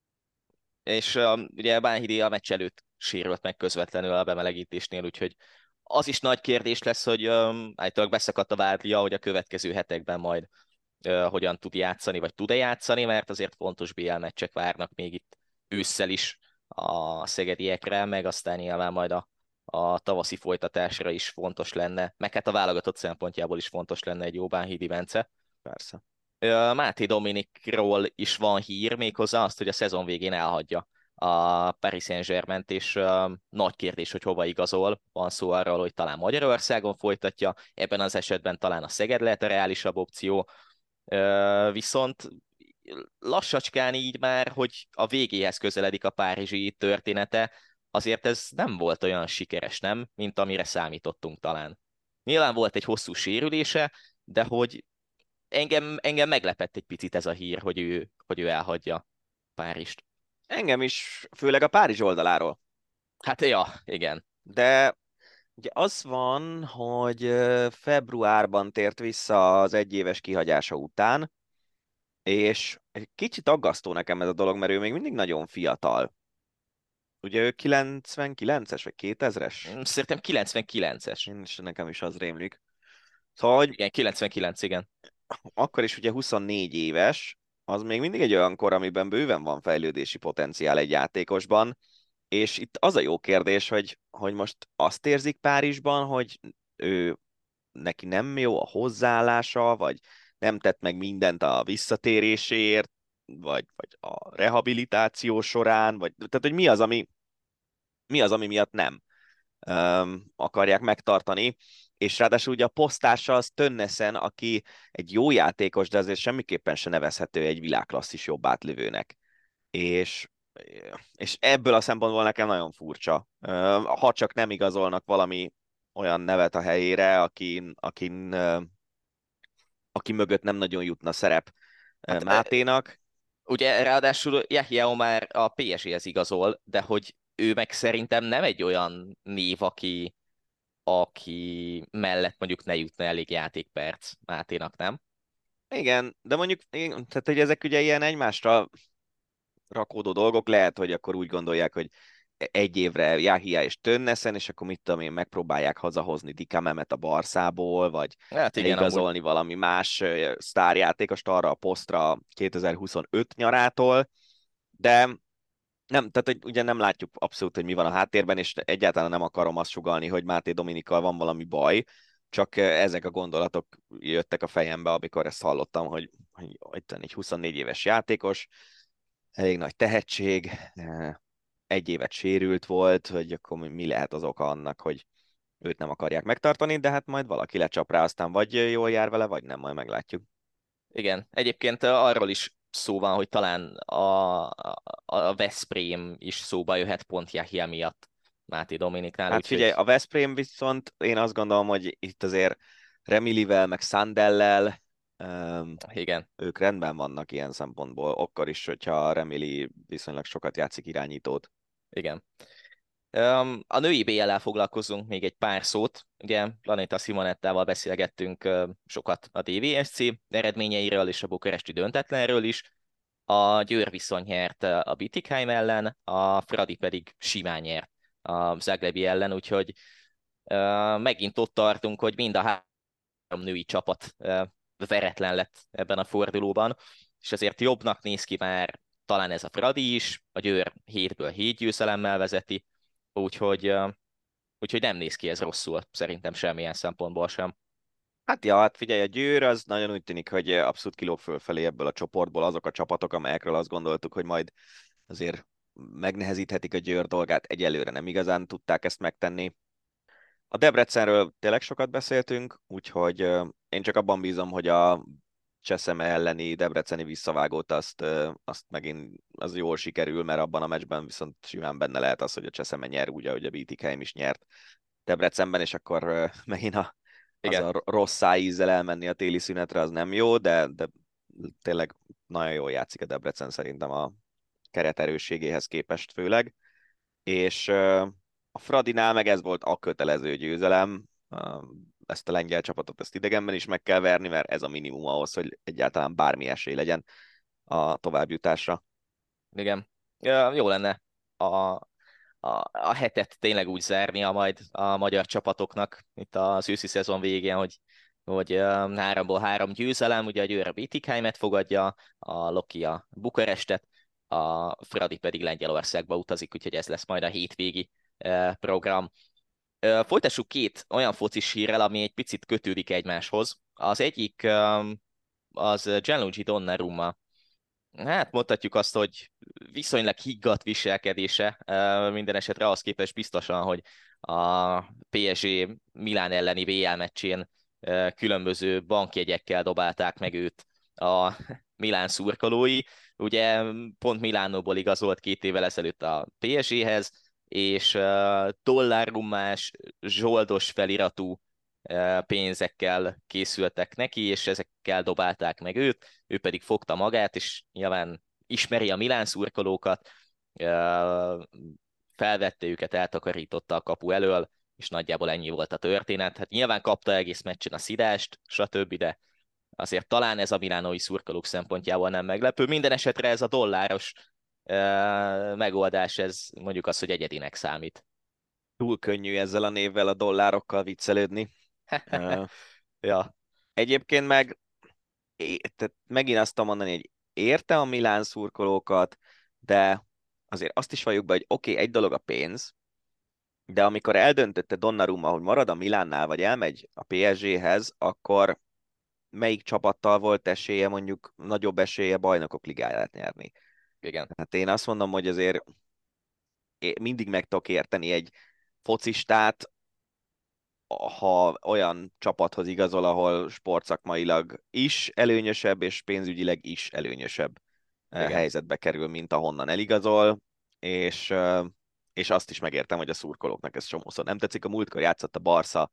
És ugye Bánhidi a meccs előtt sérült meg közvetlenül a bemelegítésnél, úgyhogy az is nagy kérdés lesz, hogy állítólag beszakadt a vádlia, hogy a következő hetekben majd hogyan tud játszani, vagy tud-e játszani, mert azért fontos BL meccsek várnak még itt ősszel is a szegediekre, meg aztán nyilván majd a tavaszi folytatásra is fontos lenne, meg hát a válogatott szempontjából is fontos lenne egy jó Bánhidi Bence. Persze. Máté Dominikról is van hír, méghozzá azt, hogy a szezon végén elhagyja a Paris Saint-Germaint, és nagy kérdés, hogy hova igazol. Van szó arról, hogy talán Magyarországon folytatja, ebben az esetben talán a Szeged lehet a reálisabb opció, viszont lassacskán így már, hogy a végéhez közeledik a párizsi története, azért ez nem volt olyan sikeres, nem? Mint amire számítottunk talán. Nyilván volt egy hosszú sérülése, de hogy engem meglepett egy picit ez a hír, hogy ő elhagyja Párizst. Engem is, főleg a Párizs oldaláról. Hát ja, igen. De ugye az van, hogy februárban tért vissza az egyéves kihagyása után, és egy kicsit aggasztó nekem ez a dolog, mert ő még mindig nagyon fiatal. Ugye ő 99-es, vagy 2000-es? Szerintem 99-es. Én is, nekem is az rémlik. Szóval, hogy Igen, 99, igen. akkor is ugye 24 éves, az még mindig egy olyan kor, amiben bőven van fejlődési potenciál egy játékosban, és itt az a jó kérdés, hogy most azt érzik Párizsban, hogy ő neki nem jó a hozzáállása, vagy nem tett meg mindent a visszatéréséért, vagy a rehabilitáció során, tehát hogy mi az, ami miatt nem akarják megtartani, és ráadásul ugye a posztársa az Tönnesen, aki egy jó játékos, de azért semmiképpen se nevezhető egy világklasszis jobb átlövőnek. És, és ebből a szempontból nekem nagyon furcsa. Ha csak nem igazolnak valami olyan nevet a helyére, aki mögött nem nagyon jutna szerep Hát Máténak. ugye ráadásul Yahya Omar a PSG-hez igazol, de hogy ő meg szerintem nem egy olyan név, aki mellett mondjuk ne jutna elég játékperc Máténak, nem? Igen, de mondjuk, tehát hogy ezek ugye ilyen egymásra rakódó dolgok, lehet, hogy akkor úgy gondolják, hogy egy évre Yahia és Tönnesen, és akkor mit tudom én, megpróbálják hazahozni Dikamemet a Barszából, vagy Hát igen, amúgy. igazolni valami más sztárjátékost arra a posztra 2025 nyarától, de nem, tehát hogy ugye nem látjuk abszolút, hogy mi van a háttérben, és egyáltalán nem akarom azt sugallni, hogy Máté Dominikkal van valami baj, csak ezek a gondolatok jöttek a fejembe, amikor ezt hallottam, hogy itt van egy 24 éves játékos, elég nagy tehetség, egy évet sérült volt, hogy akkor mi lehet az oka annak, hogy őt nem akarják megtartani, de hát majd valaki lecsap rá, aztán vagy jól jár vele, vagy nem, majd meglátjuk. Igen. Egyébként arról is szó van, hogy talán a Veszprém is szóba jöhet pont Yahya miatt Máté Dominiknál, Hát figyelj, úgyhogy a Veszprém viszont én azt gondolom, hogy itt azért Remilivel, meg Sandellel igen. ők rendben vannak ilyen szempontból, akkor is, hogyha Remili viszonylag sokat játszik irányítót. Igen. A női BL-el foglalkozunk még egy pár szót. Ugye Planeta Simonettával beszélgettünk sokat a DVSC eredményeiről és a bukaresti döntetlenről is. A Győr viszont nyert a Bietigheim ellen, a Fradi pedig simán nyert a Zagrebi ellen, úgyhogy megint ott tartunk, hogy mind a három női csapat veretlen lett ebben a fordulóban, és azért jobbnak néz ki már talán ez a Fradi is, a Győr 7-ből 7 győzelemmel vezeti, úgyhogy, úgyhogy nem néz ki ez rosszul, szerintem semmilyen szempontból sem. Hát ja, hát figyelj, a Győr az nagyon úgy tűnik, hogy abszolút kilóg fölfelé ebből a csoportból azok a csapatok, amelyekről azt gondoltuk, hogy majd azért megnehezíthetik a Győr dolgát, egyelőre nem igazán tudták ezt megtenni. A Debrecenről tényleg sokat beszéltünk, úgyhogy én csak abban bízom, hogy a Cseszeme elleni debreceni visszavágót azt megint az jól sikerül, mert abban a meccsben viszont simán benne lehet az, hogy a Cseszeme nyer, úgy, ahogy a Bietigheim is nyert Debrecenben, és akkor megint az Igen, a rossz szájízzel elmenni a téli szünetre, az nem jó, de tényleg nagyon jól játszik a Debrecen szerintem a kereterősségéhez képest főleg, és a Fradinál meg ez volt a kötelező győzelem, ezt a lengyel csapatot ezt idegenben is meg kell verni, mert ez a minimum ahhoz, hogy egyáltalán bármi esély legyen a továbbjutásra. igen. Jó lenne a hetet tényleg úgy zárnia majd a magyar csapatoknak itt az őszi szezon végén, hogy 3-ból 3 győzelem, ugye a Győr a Bietigheimet fogadja, a Loki a Bukarestet, a Fradi pedig Lengyelországba utazik, úgyhogy ez lesz majd a hétvégi program. Folytassuk két olyan focis hírrel, ami egy picit kötődik egymáshoz. Az egyik az Gianluigi Donnarumma. Hát mondhatjuk azt, hogy viszonylag higgadt viselkedése, minden esetre ahhoz képest biztosan, hogy a PSG Milán elleni VL meccsén különböző bankjegyekkel dobálták meg őt a Milán szurkolói. Ugye pont Milánóból igazolt 2 évvel ezelőtt a PSG-hez, és dollárrummás, zsoldos feliratú pénzekkel készültek neki, és ezekkel dobálták meg őt, ő pedig fogta magát, és nyilván ismeri a Milán szurkolókat, felvette őket, eltakarította a kapu elől, és nagyjából ennyi volt a történet. Hát nyilván kapta egész meccsen a szidást, stb., de azért talán ez a milánói szurkolók szempontjából nem meglepő. Minden esetre ez a dolláros megoldás, ez mondjuk az, hogy egyedinek számít. Túl könnyű ezzel a névvel a dollárokkal viccelődni. Ja, Egyébként meg tehát megint azt tudom mondani, hogy érte a Milán szurkolókat, de azért azt is valljuk be, hogy oké, egy dolog a pénz, de amikor eldöntötte Donnarumma, hogy marad a Milánnál, vagy elmegy a PSG-hez, akkor melyik csapattal volt esélye, mondjuk nagyobb esélye Bajnokok Ligáját nyerni. Igen. Hát én azt mondom, hogy azért mindig meg tudok érteni egy focistát, ha olyan csapathoz igazol, ahol sportszakmailag is előnyösebb, és pénzügyileg is előnyösebb Igen. helyzetbe kerül, mint ahonnan eligazol, és azt is megértem, hogy a szurkolóknak ez csomószor nem tetszik. A múltkor játszott a Barca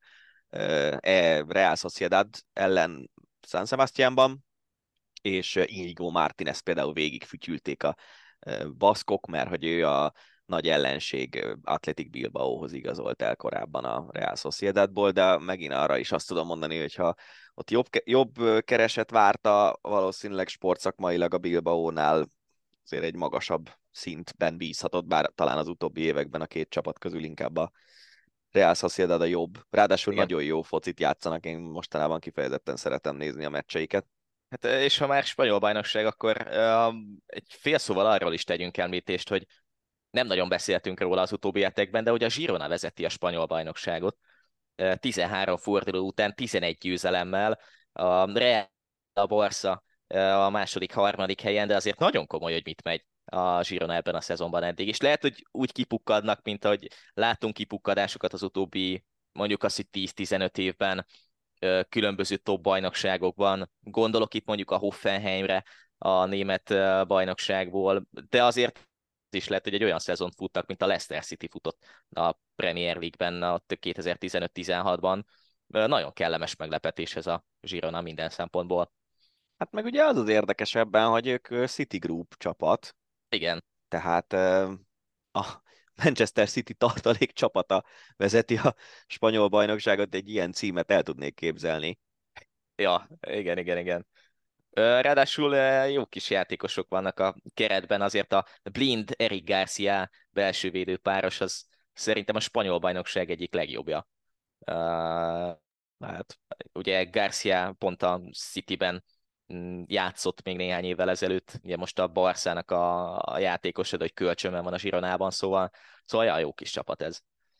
Real Sociedad ellen San Sebastiánban, és Inigo Martínez például végigfütyülték a baszkok, mert hogy ő a nagy ellenség Athletic Bilbaóhoz igazolt el korábban a Real Sociedadból, de megint arra is azt tudom mondani, hogy ha ott jobb kereset várta valószínűleg sportszakmailag a Bilbaónál, azért egy magasabb szintben bízhatott, bár talán az utóbbi években a két csapat közül inkább a Real Sociedad a jobb. Ráadásul Igen. nagyon jó focit játszanak, én mostanában kifejezetten szeretem nézni a meccseiket. Hát, és ha már spanyol bajnokság, akkor egy fél szóval arról is tegyünk említést, hogy nem nagyon beszéltünk róla az utóbbi hetekben, de hogy a Girona vezeti a spanyol bajnokságot. 13 forduló után 11 győzelemmel, a Real, a Barca a második, harmadik helyen, de azért nagyon komoly, hogy mit megy a Girona ebben a szezonban eddig. És lehet, hogy úgy kipukkadnak, mint ahogy látunk kipukkadásokat az utóbbi, mondjuk azt, hogy 10-15 évben különböző top bajnokságokban. Gondolok itt mondjuk a Hoffenheimre a német bajnokságból, de azért is lehet, hogy egy olyan szezont futnak, mint a Leicester City futott a Premier League-ben a 2015-16-ban. Nagyon kellemes meglepetés ez a Girona minden szempontból. Hát meg ugye az az érdekesebben, hogy ők City Group csapat, Igen. tehát a Manchester City tartalék csapata vezeti a spanyol bajnokságot, egy ilyen címet el tudnék képzelni. Ja, igen, igen, igen. Ráadásul jó kis játékosok vannak a keretben, azért a Blind Eric Garcia belső védőpáros az szerintem a spanyol bajnokság egyik legjobbja. Hát ugye Garcia pont a Cityben játszott még néhány évvel ezelőtt, ugye most a Barszának a játékosa, hogy kölcsönben van a Zsironában, szóval olyan jó kis csapat ez.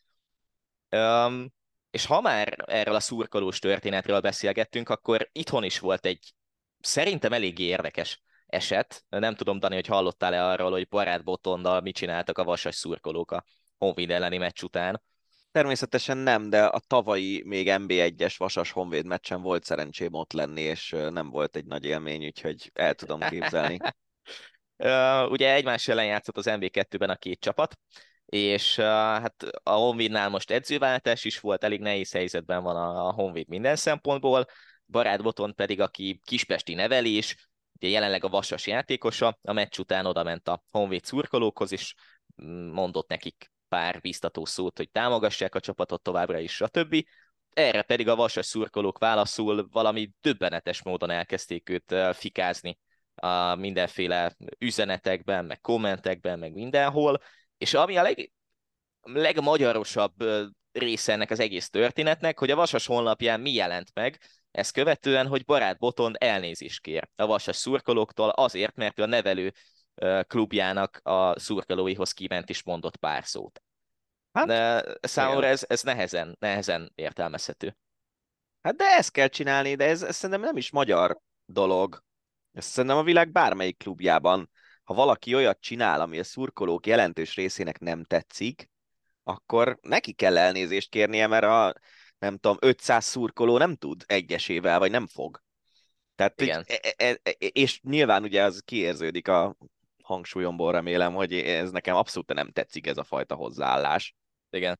És ha már erről a szurkolós történetről beszélgettünk, akkor itthon is volt egy szerintem eléggé érdekes eset. Nem tudom, Dani, hogy hallottál-e arról, hogy Barát Botondal mit csináltak a vasas szurkolók a Honvéd elleni meccs után. Természetesen nem, de a tavalyi még NB1-es Vasas Honvéd meccsen volt szerencsém ott lenni, és nem volt egy nagy élmény, úgyhogy el tudom képzelni. Ugye egymás ellen játszott az NB2-ben a két csapat, és hát a Honvédnál most edzőváltás is volt, elég nehéz helyzetben van a Honvéd minden szempontból, Barát Botond pedig, aki kispesti nevelés, ugye jelenleg a Vasas játékosa, a meccs után oda ment a Honvéd szurkolókhoz, és mondott nekik pár biztató szót, hogy támogassák a csapatot továbbra is, stb. Erre pedig a Vasas szurkolók válaszul valami döbbenetes módon elkezdték őt fikázni a mindenféle üzenetekben, meg kommentekben, meg mindenhol, és ami a legmagyarosabb része ennek az egész történetnek, hogy a Vasas honlapján mi jelent meg, ezt követően, hogy Barát Botond elnézést kér a Vasas szurkolóktól azért, mert a nevelő klubjának a szurkolóihoz kiment és mondott pár szót. Hát, de számomra igen. ez nehezen értelmezhető. Hát de ezt kell csinálni, de ez szerintem nem is magyar dolog. Ez szerintem a világ bármelyik klubjában, ha valaki olyat csinál, ami a szurkolók jelentős részének nem tetszik, akkor neki kell elnézést kérnie, mert a, nem tudom, 500 szurkoló nem tud egyesével, vagy nem fog. Tehát, Igen. és nyilván ugye az kiérződik a hangsúlyomból, remélem, hogy ez nekem abszolút nem tetszik ez a fajta hozzáállás. Igen.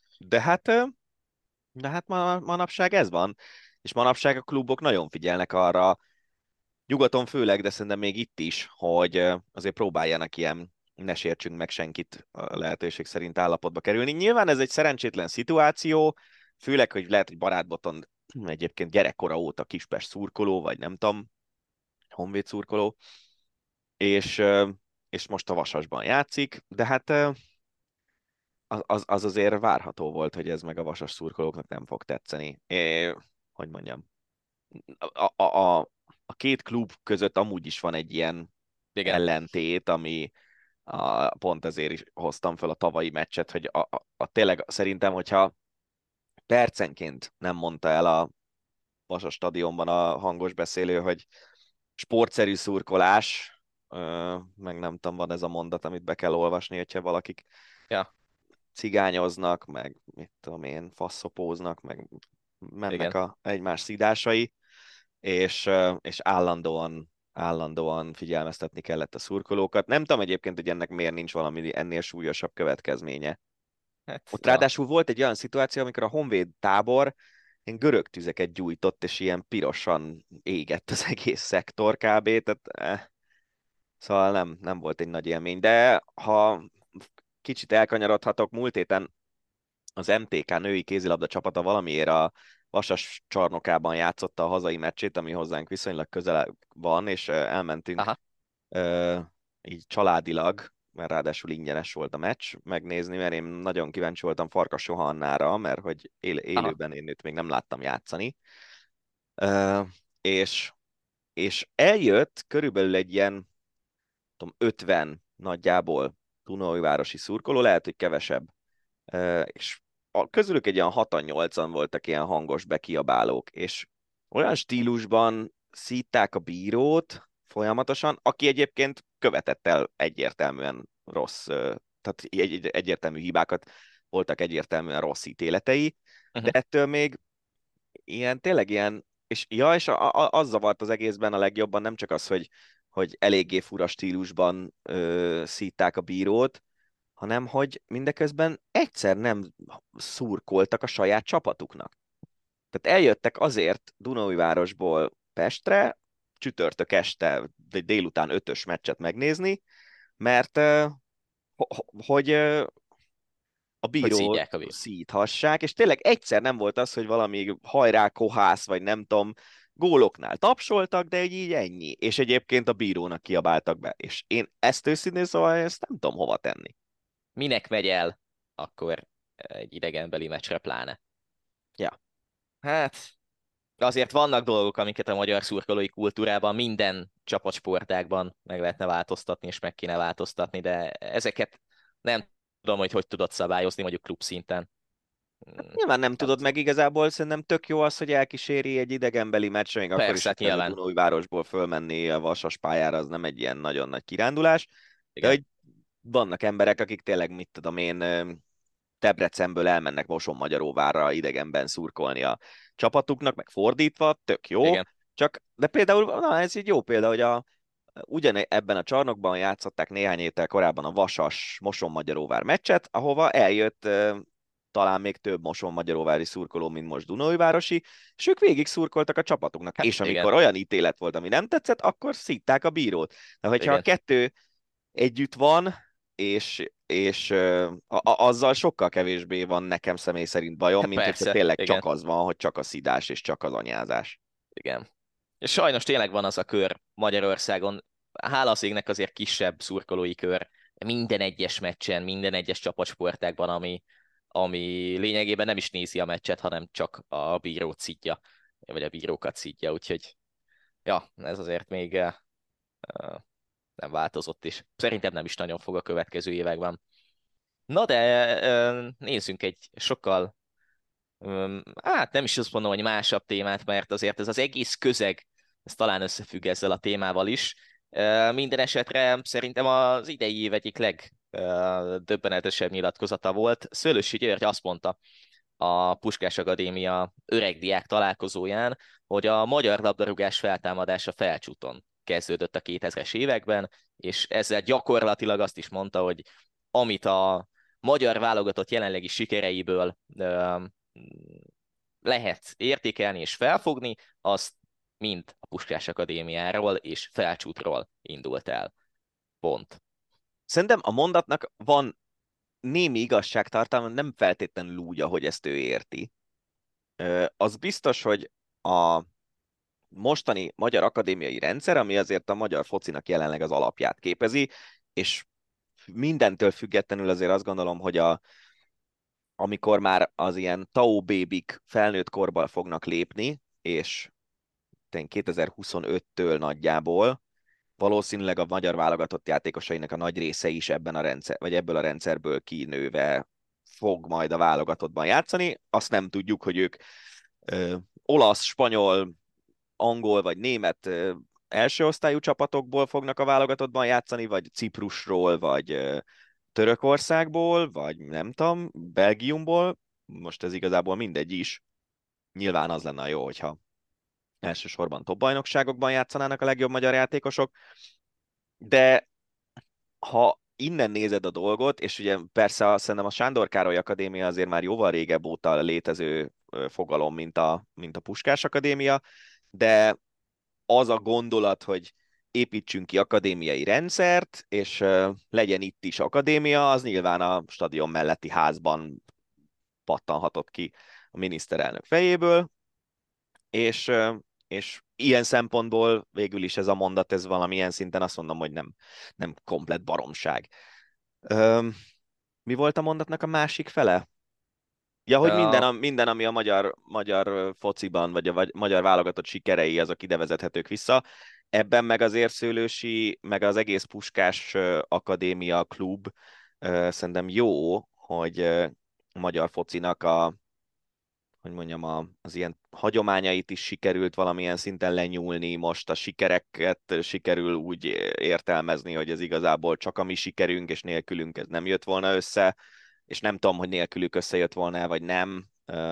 De hát manapság ez van. És manapság a klubok nagyon figyelnek arra, nyugaton főleg, de szerintem még itt is, hogy azért próbáljanak ilyen ne sértsünk meg senkit a lehetőség szerint állapotba kerülni. Nyilván ez egy szerencsétlen szituáció, főleg, hogy lehet, hogy Barát Botond egyébként gyerekkora óta Kispest szurkoló, vagy nem tudom, Honvéd szurkoló, és most a Vasasban játszik, de hát az azért várható volt, hogy ez meg a Vasas szurkolóknak nem fog tetszeni. Hogy mondjam, a két klub között amúgy is van egy ilyen Igen. ellentét, ami pont ezért is hoztam fel a tavalyi meccset, hogy tényleg szerintem, hogyha percenként nem mondta el Vasas stadionban a hangos beszélő, hogy sportszerű szurkolás, meg nem tudom, van ez a mondat, amit be kell olvasni, hogyha valakik Ja, cigányoznak, meg mit tudom én, faszopóznak, meg mennek igen. a egymás szidásai, és állandóan figyelmeztetni kellett a szurkolókat. Nem tudom egyébként, hogy ennek miért nincs valami ennél súlyosabb következménye. Hát, Ott ja. ráadásul volt egy olyan szituáció, amikor a Honvéd tábor ilyen görög tüzeket gyújtott, és ilyen pirosan égett az egész szektor kb. Tehát, szóval nem volt egy nagy élmény. De ha kicsit elkanyarodhatok, múlt héten az MTK női kézilabda csapata valamiért a Vasas csarnokában játszotta a hazai meccsét, ami hozzánk viszonylag közel van, és elmentünk Aha, így családilag, mert ráadásul ingyenes volt a meccs, megnézni, mert én nagyon kíváncsi voltam Farkas Johannára, mert hogy aha. élőben én őt még nem láttam játszani. Ö, és, és eljött körülbelül egy ilyen, tudom, 50 nagyjából Dunaújvárosi szurkoló, lehet, hogy kevesebb. És közülük egy ilyen 6-8-an voltak ilyen hangos bekiabálók, és olyan stílusban szítták a bírót folyamatosan, aki egyébként követett el egyértelműen tehát egyértelmű hibákat, voltak egyértelműen rossz ítéletei, de Uh-huh. ettől még tényleg ilyen, és az zavart az egészben a legjobban, nem csak az, hogy eléggé fura stílusban szítták a bírót, hanem hogy mindeközben egyszer nem szurkoltak a saját csapatuknak. Tehát eljöttek azért Dunaújvárosból Pestre, csütörtök este, vagy délután 5-ös meccset megnézni, mert hogy a Hogy bíró szídják a vét. szíthassák, és tényleg egyszer nem volt az, hogy valami hajrá kohász, vagy nem tudom, góloknál tapsoltak, de így ennyi. És egyébként a bírónak kiabáltak be. És én ezt őszintén szóval ezt nem tudom hova tenni. Minek megy el akkor egy idegenbeli meccsre pláne? Ja. Hát, azért vannak dolgok, amiket a magyar szurkolói kultúrában minden csapatsportágban meg lehetne változtatni, és meg kéne változtatni, de ezeket nem tudom, hogy tudod szabályozni mondjuk klubszinten. Nyilván nem Nem tudod tudom. meg igazából, szerintem tök jó az, hogy elkíséri egy idegenbeli meccsre, még akkor is, Persze, hát hogyha ez a nyilván. Dunaújvárosból fölmenni a Vasas pályára, az nem egy ilyen nagyon nagy kirándulás, de Igen. hogy vannak emberek, akik tényleg, mit tudom én, Debrecenből elmennek Mosonmagyaróvárra idegenben szurkolni a csapatuknak, meg fordítva, tök jó, Igen. de például, na ez egy jó példa, hogy ebben a csarnokban játszották néhány héttel korábban a Vasas Mosonmagyaróvár meccset, ahova eljött talán még több Mosonmagyaróvári szurkoló, mint most Dunaújvárosi, és ők végig szurkoltak a csapatuknak. Hát És igen. amikor olyan ítélet volt, ami nem tetszett, akkor szítták a bírót. De hogyha a Igen. kettő együtt van, azzal sokkal kevésbé van nekem személy szerint bajom, Hát mint hogyha persze. tényleg Igen. csak az van, hogy csak a szidás és csak az anyázás. Igen. És sajnos tényleg van az a kör Magyarországon, hála az égnek azért kisebb szurkolói kör, minden egyes meccsen, minden egyes csapatsportákban, ami lényegében nem is nézi a meccset, hanem csak a bírót szidja, vagy a bírókat szidja, úgyhogy ja, ez azért még nem változott, és szerintem nem is nagyon fog a következő években. Na de nézzünk egy sokkal, hát nem is azt mondom, hogy másabb témát, mert azért ez az egész közeg, ez talán összefügg ezzel a témával is. Minden esetre szerintem az idei év egyik legdöbbenetesebb nyilatkozata volt. Szőlősi György azt mondta a Puskás Akadémia öregdiák találkozóján, hogy a magyar labdarúgás feltámadása felcsúton kezdődött a 2000-es években, és ezzel gyakorlatilag azt is mondta, hogy amit a magyar válogatott jelenlegi sikereiből lehet értékelni és felfogni, azt mind a Puskás Akadémiáról és Felcsútról indult el. Pont. Szerintem a mondatnak van némi igazságtartalma, nem feltétlenül úgy, ahogy ezt ő érti. Az biztos, hogy a mostani magyar akadémiai rendszer, ami azért a magyar focinak jelenleg az alapját képezi, és mindentől függetlenül azért azt gondolom, hogy amikor már az ilyen tau bébik felnőtt korban fognak lépni, és 2025-től nagyjából valószínűleg a magyar válogatott játékosainak a nagy része is ebben a rendszer, vagy ebből a rendszerből kinőve fog majd a válogatottban játszani. Azt nem tudjuk, hogy ők olasz, spanyol, angol vagy német első osztályú csapatokból fognak a válogatottban játszani, vagy Ciprusról, vagy Törökországból, vagy nem tudom, Belgiumból. Most ez igazából mindegy is. Nyilván az lenne jó, hogyha elsősorban top bajnokságokban játszanának a legjobb magyar játékosok, de ha innen nézed a dolgot, és ugye persze szerintem a Sándor Károly Akadémia azért már jóval régebb óta létező fogalom, mint a Puskás Akadémia, de az a gondolat, hogy építsünk ki akadémiai rendszert, és legyen itt is akadémia, az nyilván a stadion melletti házban pattanhatott ki a miniszterelnök fejéből, és, és ilyen szempontból végül is ez a mondat, ez valamilyen szinten azt mondom, hogy nem komplett baromság. Mi volt a mondatnak a másik fele? Ja, hogy minden, ami a magyar fociban, vagy a magyar válogatott sikerei, azok ide vezethetők vissza. Ebben meg az Érszőlősi, meg az egész Puskás Akadémia klub szerintem jó, hogy a magyar focinak hogy mondjam, az ilyen hagyományait is sikerült valamilyen szinten lenyúlni, most a sikereket sikerül úgy értelmezni, hogy ez igazából csak a mi sikerünk, és nélkülünk ez nem jött volna össze, és nem tudom, hogy nélkülük összejött volna, vagy nem,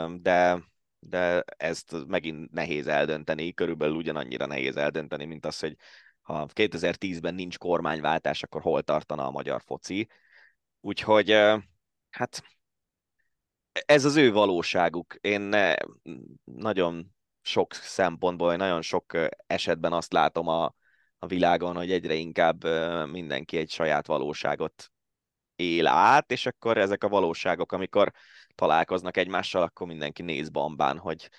de ezt megint nehéz eldönteni, körülbelül ugyanannyira nehéz eldönteni, mint az, hogy ha 2010-ben nincs kormányváltás, akkor hol tartana a magyar foci. Úgyhogy hát ez az ő valóságuk. Én nagyon sok szempontból, nagyon sok esetben azt látom a világon, hogy egyre inkább mindenki egy saját valóságot él át, és akkor ezek a valóságok, amikor találkoznak egymással, akkor mindenki néz bambán,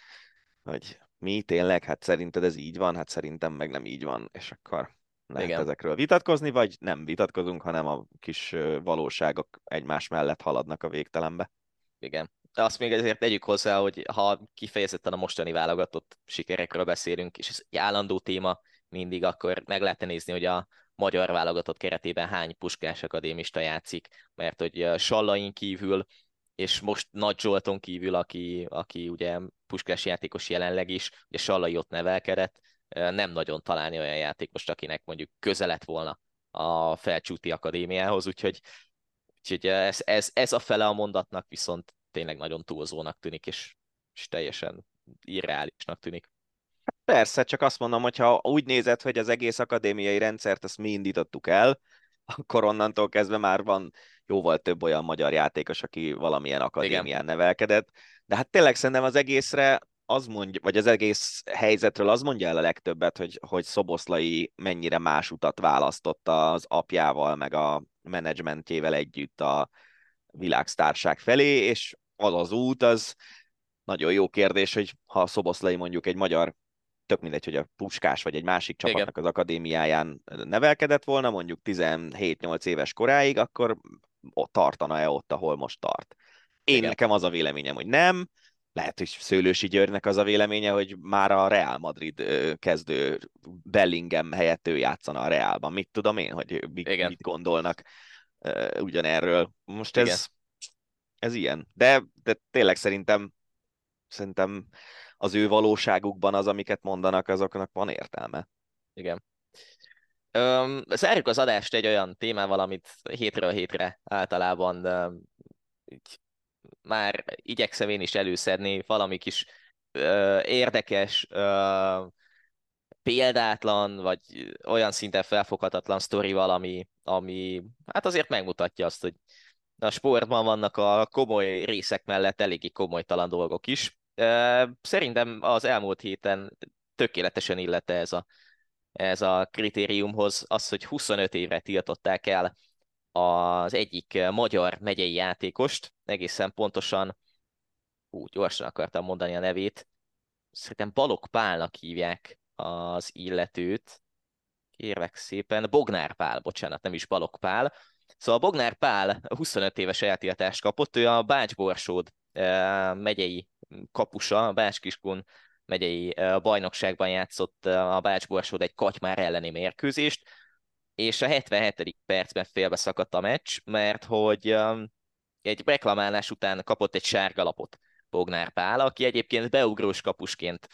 hogy mi tényleg, hát szerinted ez így van, hát szerintem meg nem így van, és akkor lehet Igen. ezekről vitatkozni, vagy nem vitatkozunk, hanem a kis valóságok egymás mellett haladnak a végtelenbe. Igen. De azt még azért tegyük hozzá, hogy ha kifejezetten a mostani válogatott sikerekről beszélünk, és ez egy állandó téma mindig, akkor meg lehet nézni, hogy a magyar válogatott keretében hány Puskás akadémista játszik, mert hogy Sallain kívül, és most Nagy Zsolton kívül, aki ugye Puskás játékos jelenleg is, ugye Sallai ott nevelkedett, nem nagyon találni olyan játékost, akinek mondjuk köze lett volna a Felcsúti Akadémiához, úgyhogy ez a fele a mondatnak viszont tényleg nagyon túlzónak tűnik, és teljesen irreálisnak tűnik. Persze, csak azt mondom, hogy ha úgy nézed, hogy az egész akadémiai rendszert ezt mi indítottuk el, akkor onnantól kezdve már van jóval több olyan magyar játékos, aki valamilyen akadémián Igen. nevelkedett. De hát tényleg szerintem az egészre az mondja, vagy az egész helyzetről az mondja el a legtöbbet, hogy Szoboszlai mennyire más utat választott az apjával, meg a menedzsmentjével együtt a világsztárság felé, és az út, az nagyon jó kérdés, hogy ha a Szoboszlai mondjuk egy magyar, tök mindegy, hogy a Puskás vagy egy másik csapatnak az akadémiáján nevelkedett volna, mondjuk 17-8 éves koráig, akkor ott tartana-e ott, ahol most tart. Nekem az a véleményem, hogy nem. Lehet, hogy Szőlősi Györgynek az a véleménye, hogy már a Real Madrid kezdő Bellingham helyett ő játszana a Realban. Mit tudom én, hogy mit gondolnak ugyanerről. Most ez ilyen. De tényleg szerintem az ő valóságukban az, amiket mondanak, azoknak van értelme. Igen. Zárjuk az adást egy olyan témával, amit hétről hétre általában így már igyekszem én is előszedni, valami kis érdekes, példátlan, vagy olyan szinten felfoghatatlan sztorival, ami hát azért megmutatja azt, hogy a sportban vannak a komoly részek mellett eléggé komolytalan dolgok is. Szerintem az elmúlt héten tökéletesen illette ez a kritériumhoz az, hogy 25 évre tiltották el az egyik magyar megyei játékost, egészen pontosan, gyorsan akartam mondani a nevét, szerintem Balogh Pálnak hívják az illetőt, kérlek szépen, Bognár Pál, bocsánat, nem is Balogh Pál. Szóval Bognár Pál 25 éves eltiltást kapott, ő a Bács-Borsód megyei kapusa, a Bács-Kiskun megyei bajnokságban játszott a Bács-Borsód egy Katymár elleni mérkőzést, és a 77. percben félbeszakadt a meccs, mert hogy egy reklamálás után kapott egy sárga lapot Bognár Pál, aki egyébként beugrós kapusként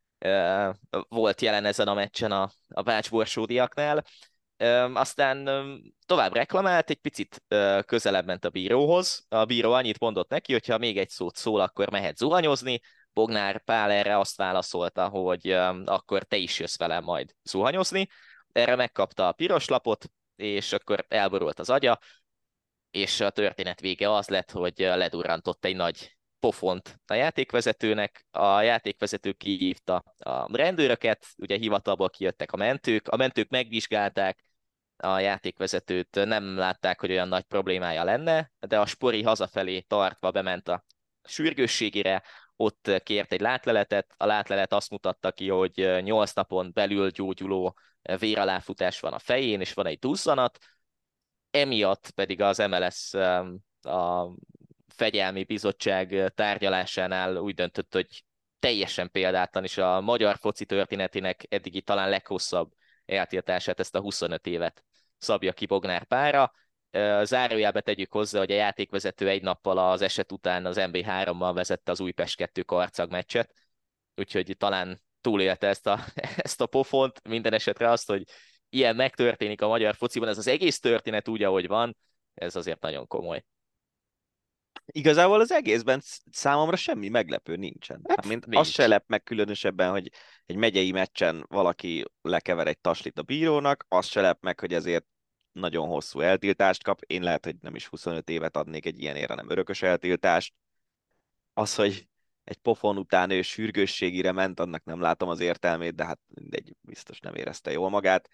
volt jelen ezen a meccsen a Bács-Borsódiaknál. Aztán tovább reklamált, egy picit közelebb ment a bíróhoz. A bíró annyit mondott neki, hogy ha még egy szót szól, akkor mehet zuhanyozni. Bognár Pál erre azt válaszolta, hogy akkor te is jössz velem majd zuhanyozni. Erre megkapta a piros lapot, és akkor elborult az agya, és a történet vége az lett, hogy ledurrantott egy nagy pofont a játékvezetőnek. A játékvezető kihívta a rendőröket, ugye hivatalból kijöttek a mentők megvizsgálták, a játékvezetőt nem látták, hogy olyan nagy problémája lenne, de a Spori hazafelé tartva bement a sürgősségére, ott kért egy látleletet, a látlelet azt mutatta ki, hogy 8 napon belül gyógyuló véraláfutás van a fején, és van egy duzzanat, emiatt pedig az MLS a fegyelmi bizottság tárgyalásánál úgy döntött, hogy teljesen példátlan, és a magyar foci történetének eddigi talán leghosszabb eltiltását, ezt a 25 évet szabja ki Bognár Pálra. Zárójelbe tegyük hozzá, hogy a játékvezető egy nappal az eset után az MB3-mal vezette az Újpest 2 karcag meccset, úgyhogy talán túlélte ezt a pofont, minden esetre azt, hogy ilyen megtörténik a magyar fociban, ez az egész történet úgy, ahogy van, ez azért nagyon komoly. Igazából az egészben számomra semmi meglepő nincsen. Nincs. Azt se lep meg különösebben, hogy egy megyei meccsen valaki lekever egy taslit a bírónak, azt se lep meg, hogy ezért nagyon hosszú eltiltást kap. Én lehet, hogy nem is 25 évet adnék egy ilyenért, hanem örökös eltiltást. Az, hogy egy pofon után ő sürgősségire ment, annak nem látom az értelmét, de hát mindegy, biztos nem érezte jól magát.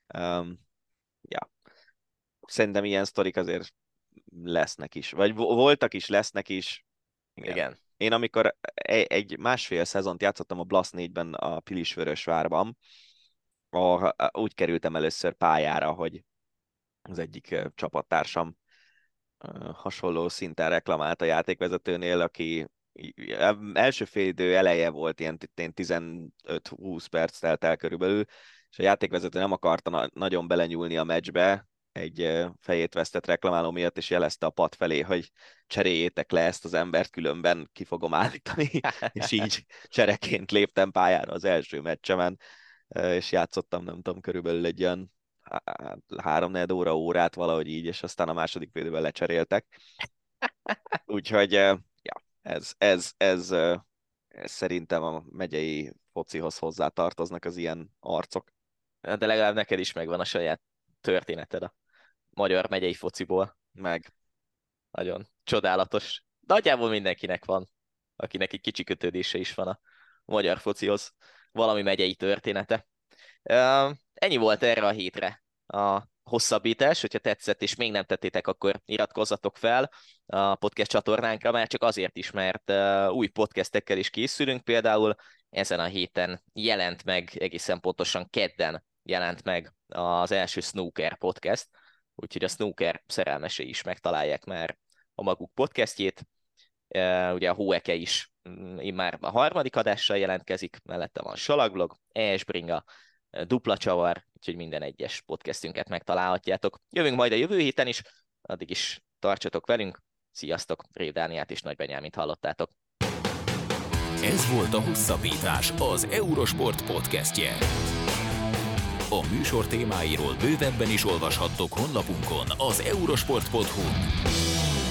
Ja. Szerintem ilyen sztorik azért lesznek is, vagy voltak is, lesznek is. Igen. Én amikor egy másfél szezont játszottam a Blasz 4-ben a Pilisvörösvárban, úgy kerültem először pályára, hogy az egyik csapattársam hasonló szinten reklamált a játékvezetőnél, aki első félidő eleje volt, ilyen 15-20 perc telt el körülbelül, és a játékvezető nem akarta nagyon belenyúlni a meccsbe, egy fejét vesztett reklamáló miatt, és jelezte a pad felé, hogy cseréljétek le ezt az embert, különben ki fogom állítani, és így csereként léptem pályára az első meccsemen, és játszottam, nem tudom, körülbelül egy olyan 3-4 órát valahogy így, és aztán a második félidőben lecseréltek. Úgyhogy ja, ez szerintem a megyei focihoz hozzá tartoznak az ilyen arcok. De legalább neked is megvan a saját történeted a magyar megyei fociból. Meg. Nagyon csodálatos. Nagyjából mindenkinek van, akinek egy kicsi kötődése is van a magyar focihoz. Valami megyei története. Ennyi volt erre a hétre a hosszabbítás. Hogyha tetszett és még nem tettétek, akkor iratkozzatok fel a podcast csatornánkra, már csak azért is, mert új podcastekkel is készülünk. Például ezen a héten jelent meg, egészen pontosan kedden jelent meg az első Snooker podcast, úgyhogy a Snooker szerelmesei is megtalálják már a maguk podcastjét. Ugye a Hóeke is immár a 3. adással jelentkezik, mellette van Salagblog, ES-Bringa, Dupla Csavar, úgyhogy minden egyes podcastünket megtalálhatjátok. Jövünk majd a jövő héten is, addig is tartsatok velünk. Sziasztok, Rév Dániát és Nagy Benyámint hallottátok. Ez volt a Hosszabbítás, az Eurosport podcastje. A műsor témáiról bővebben is olvashattok honlapunkon, az eurosport.hu-n.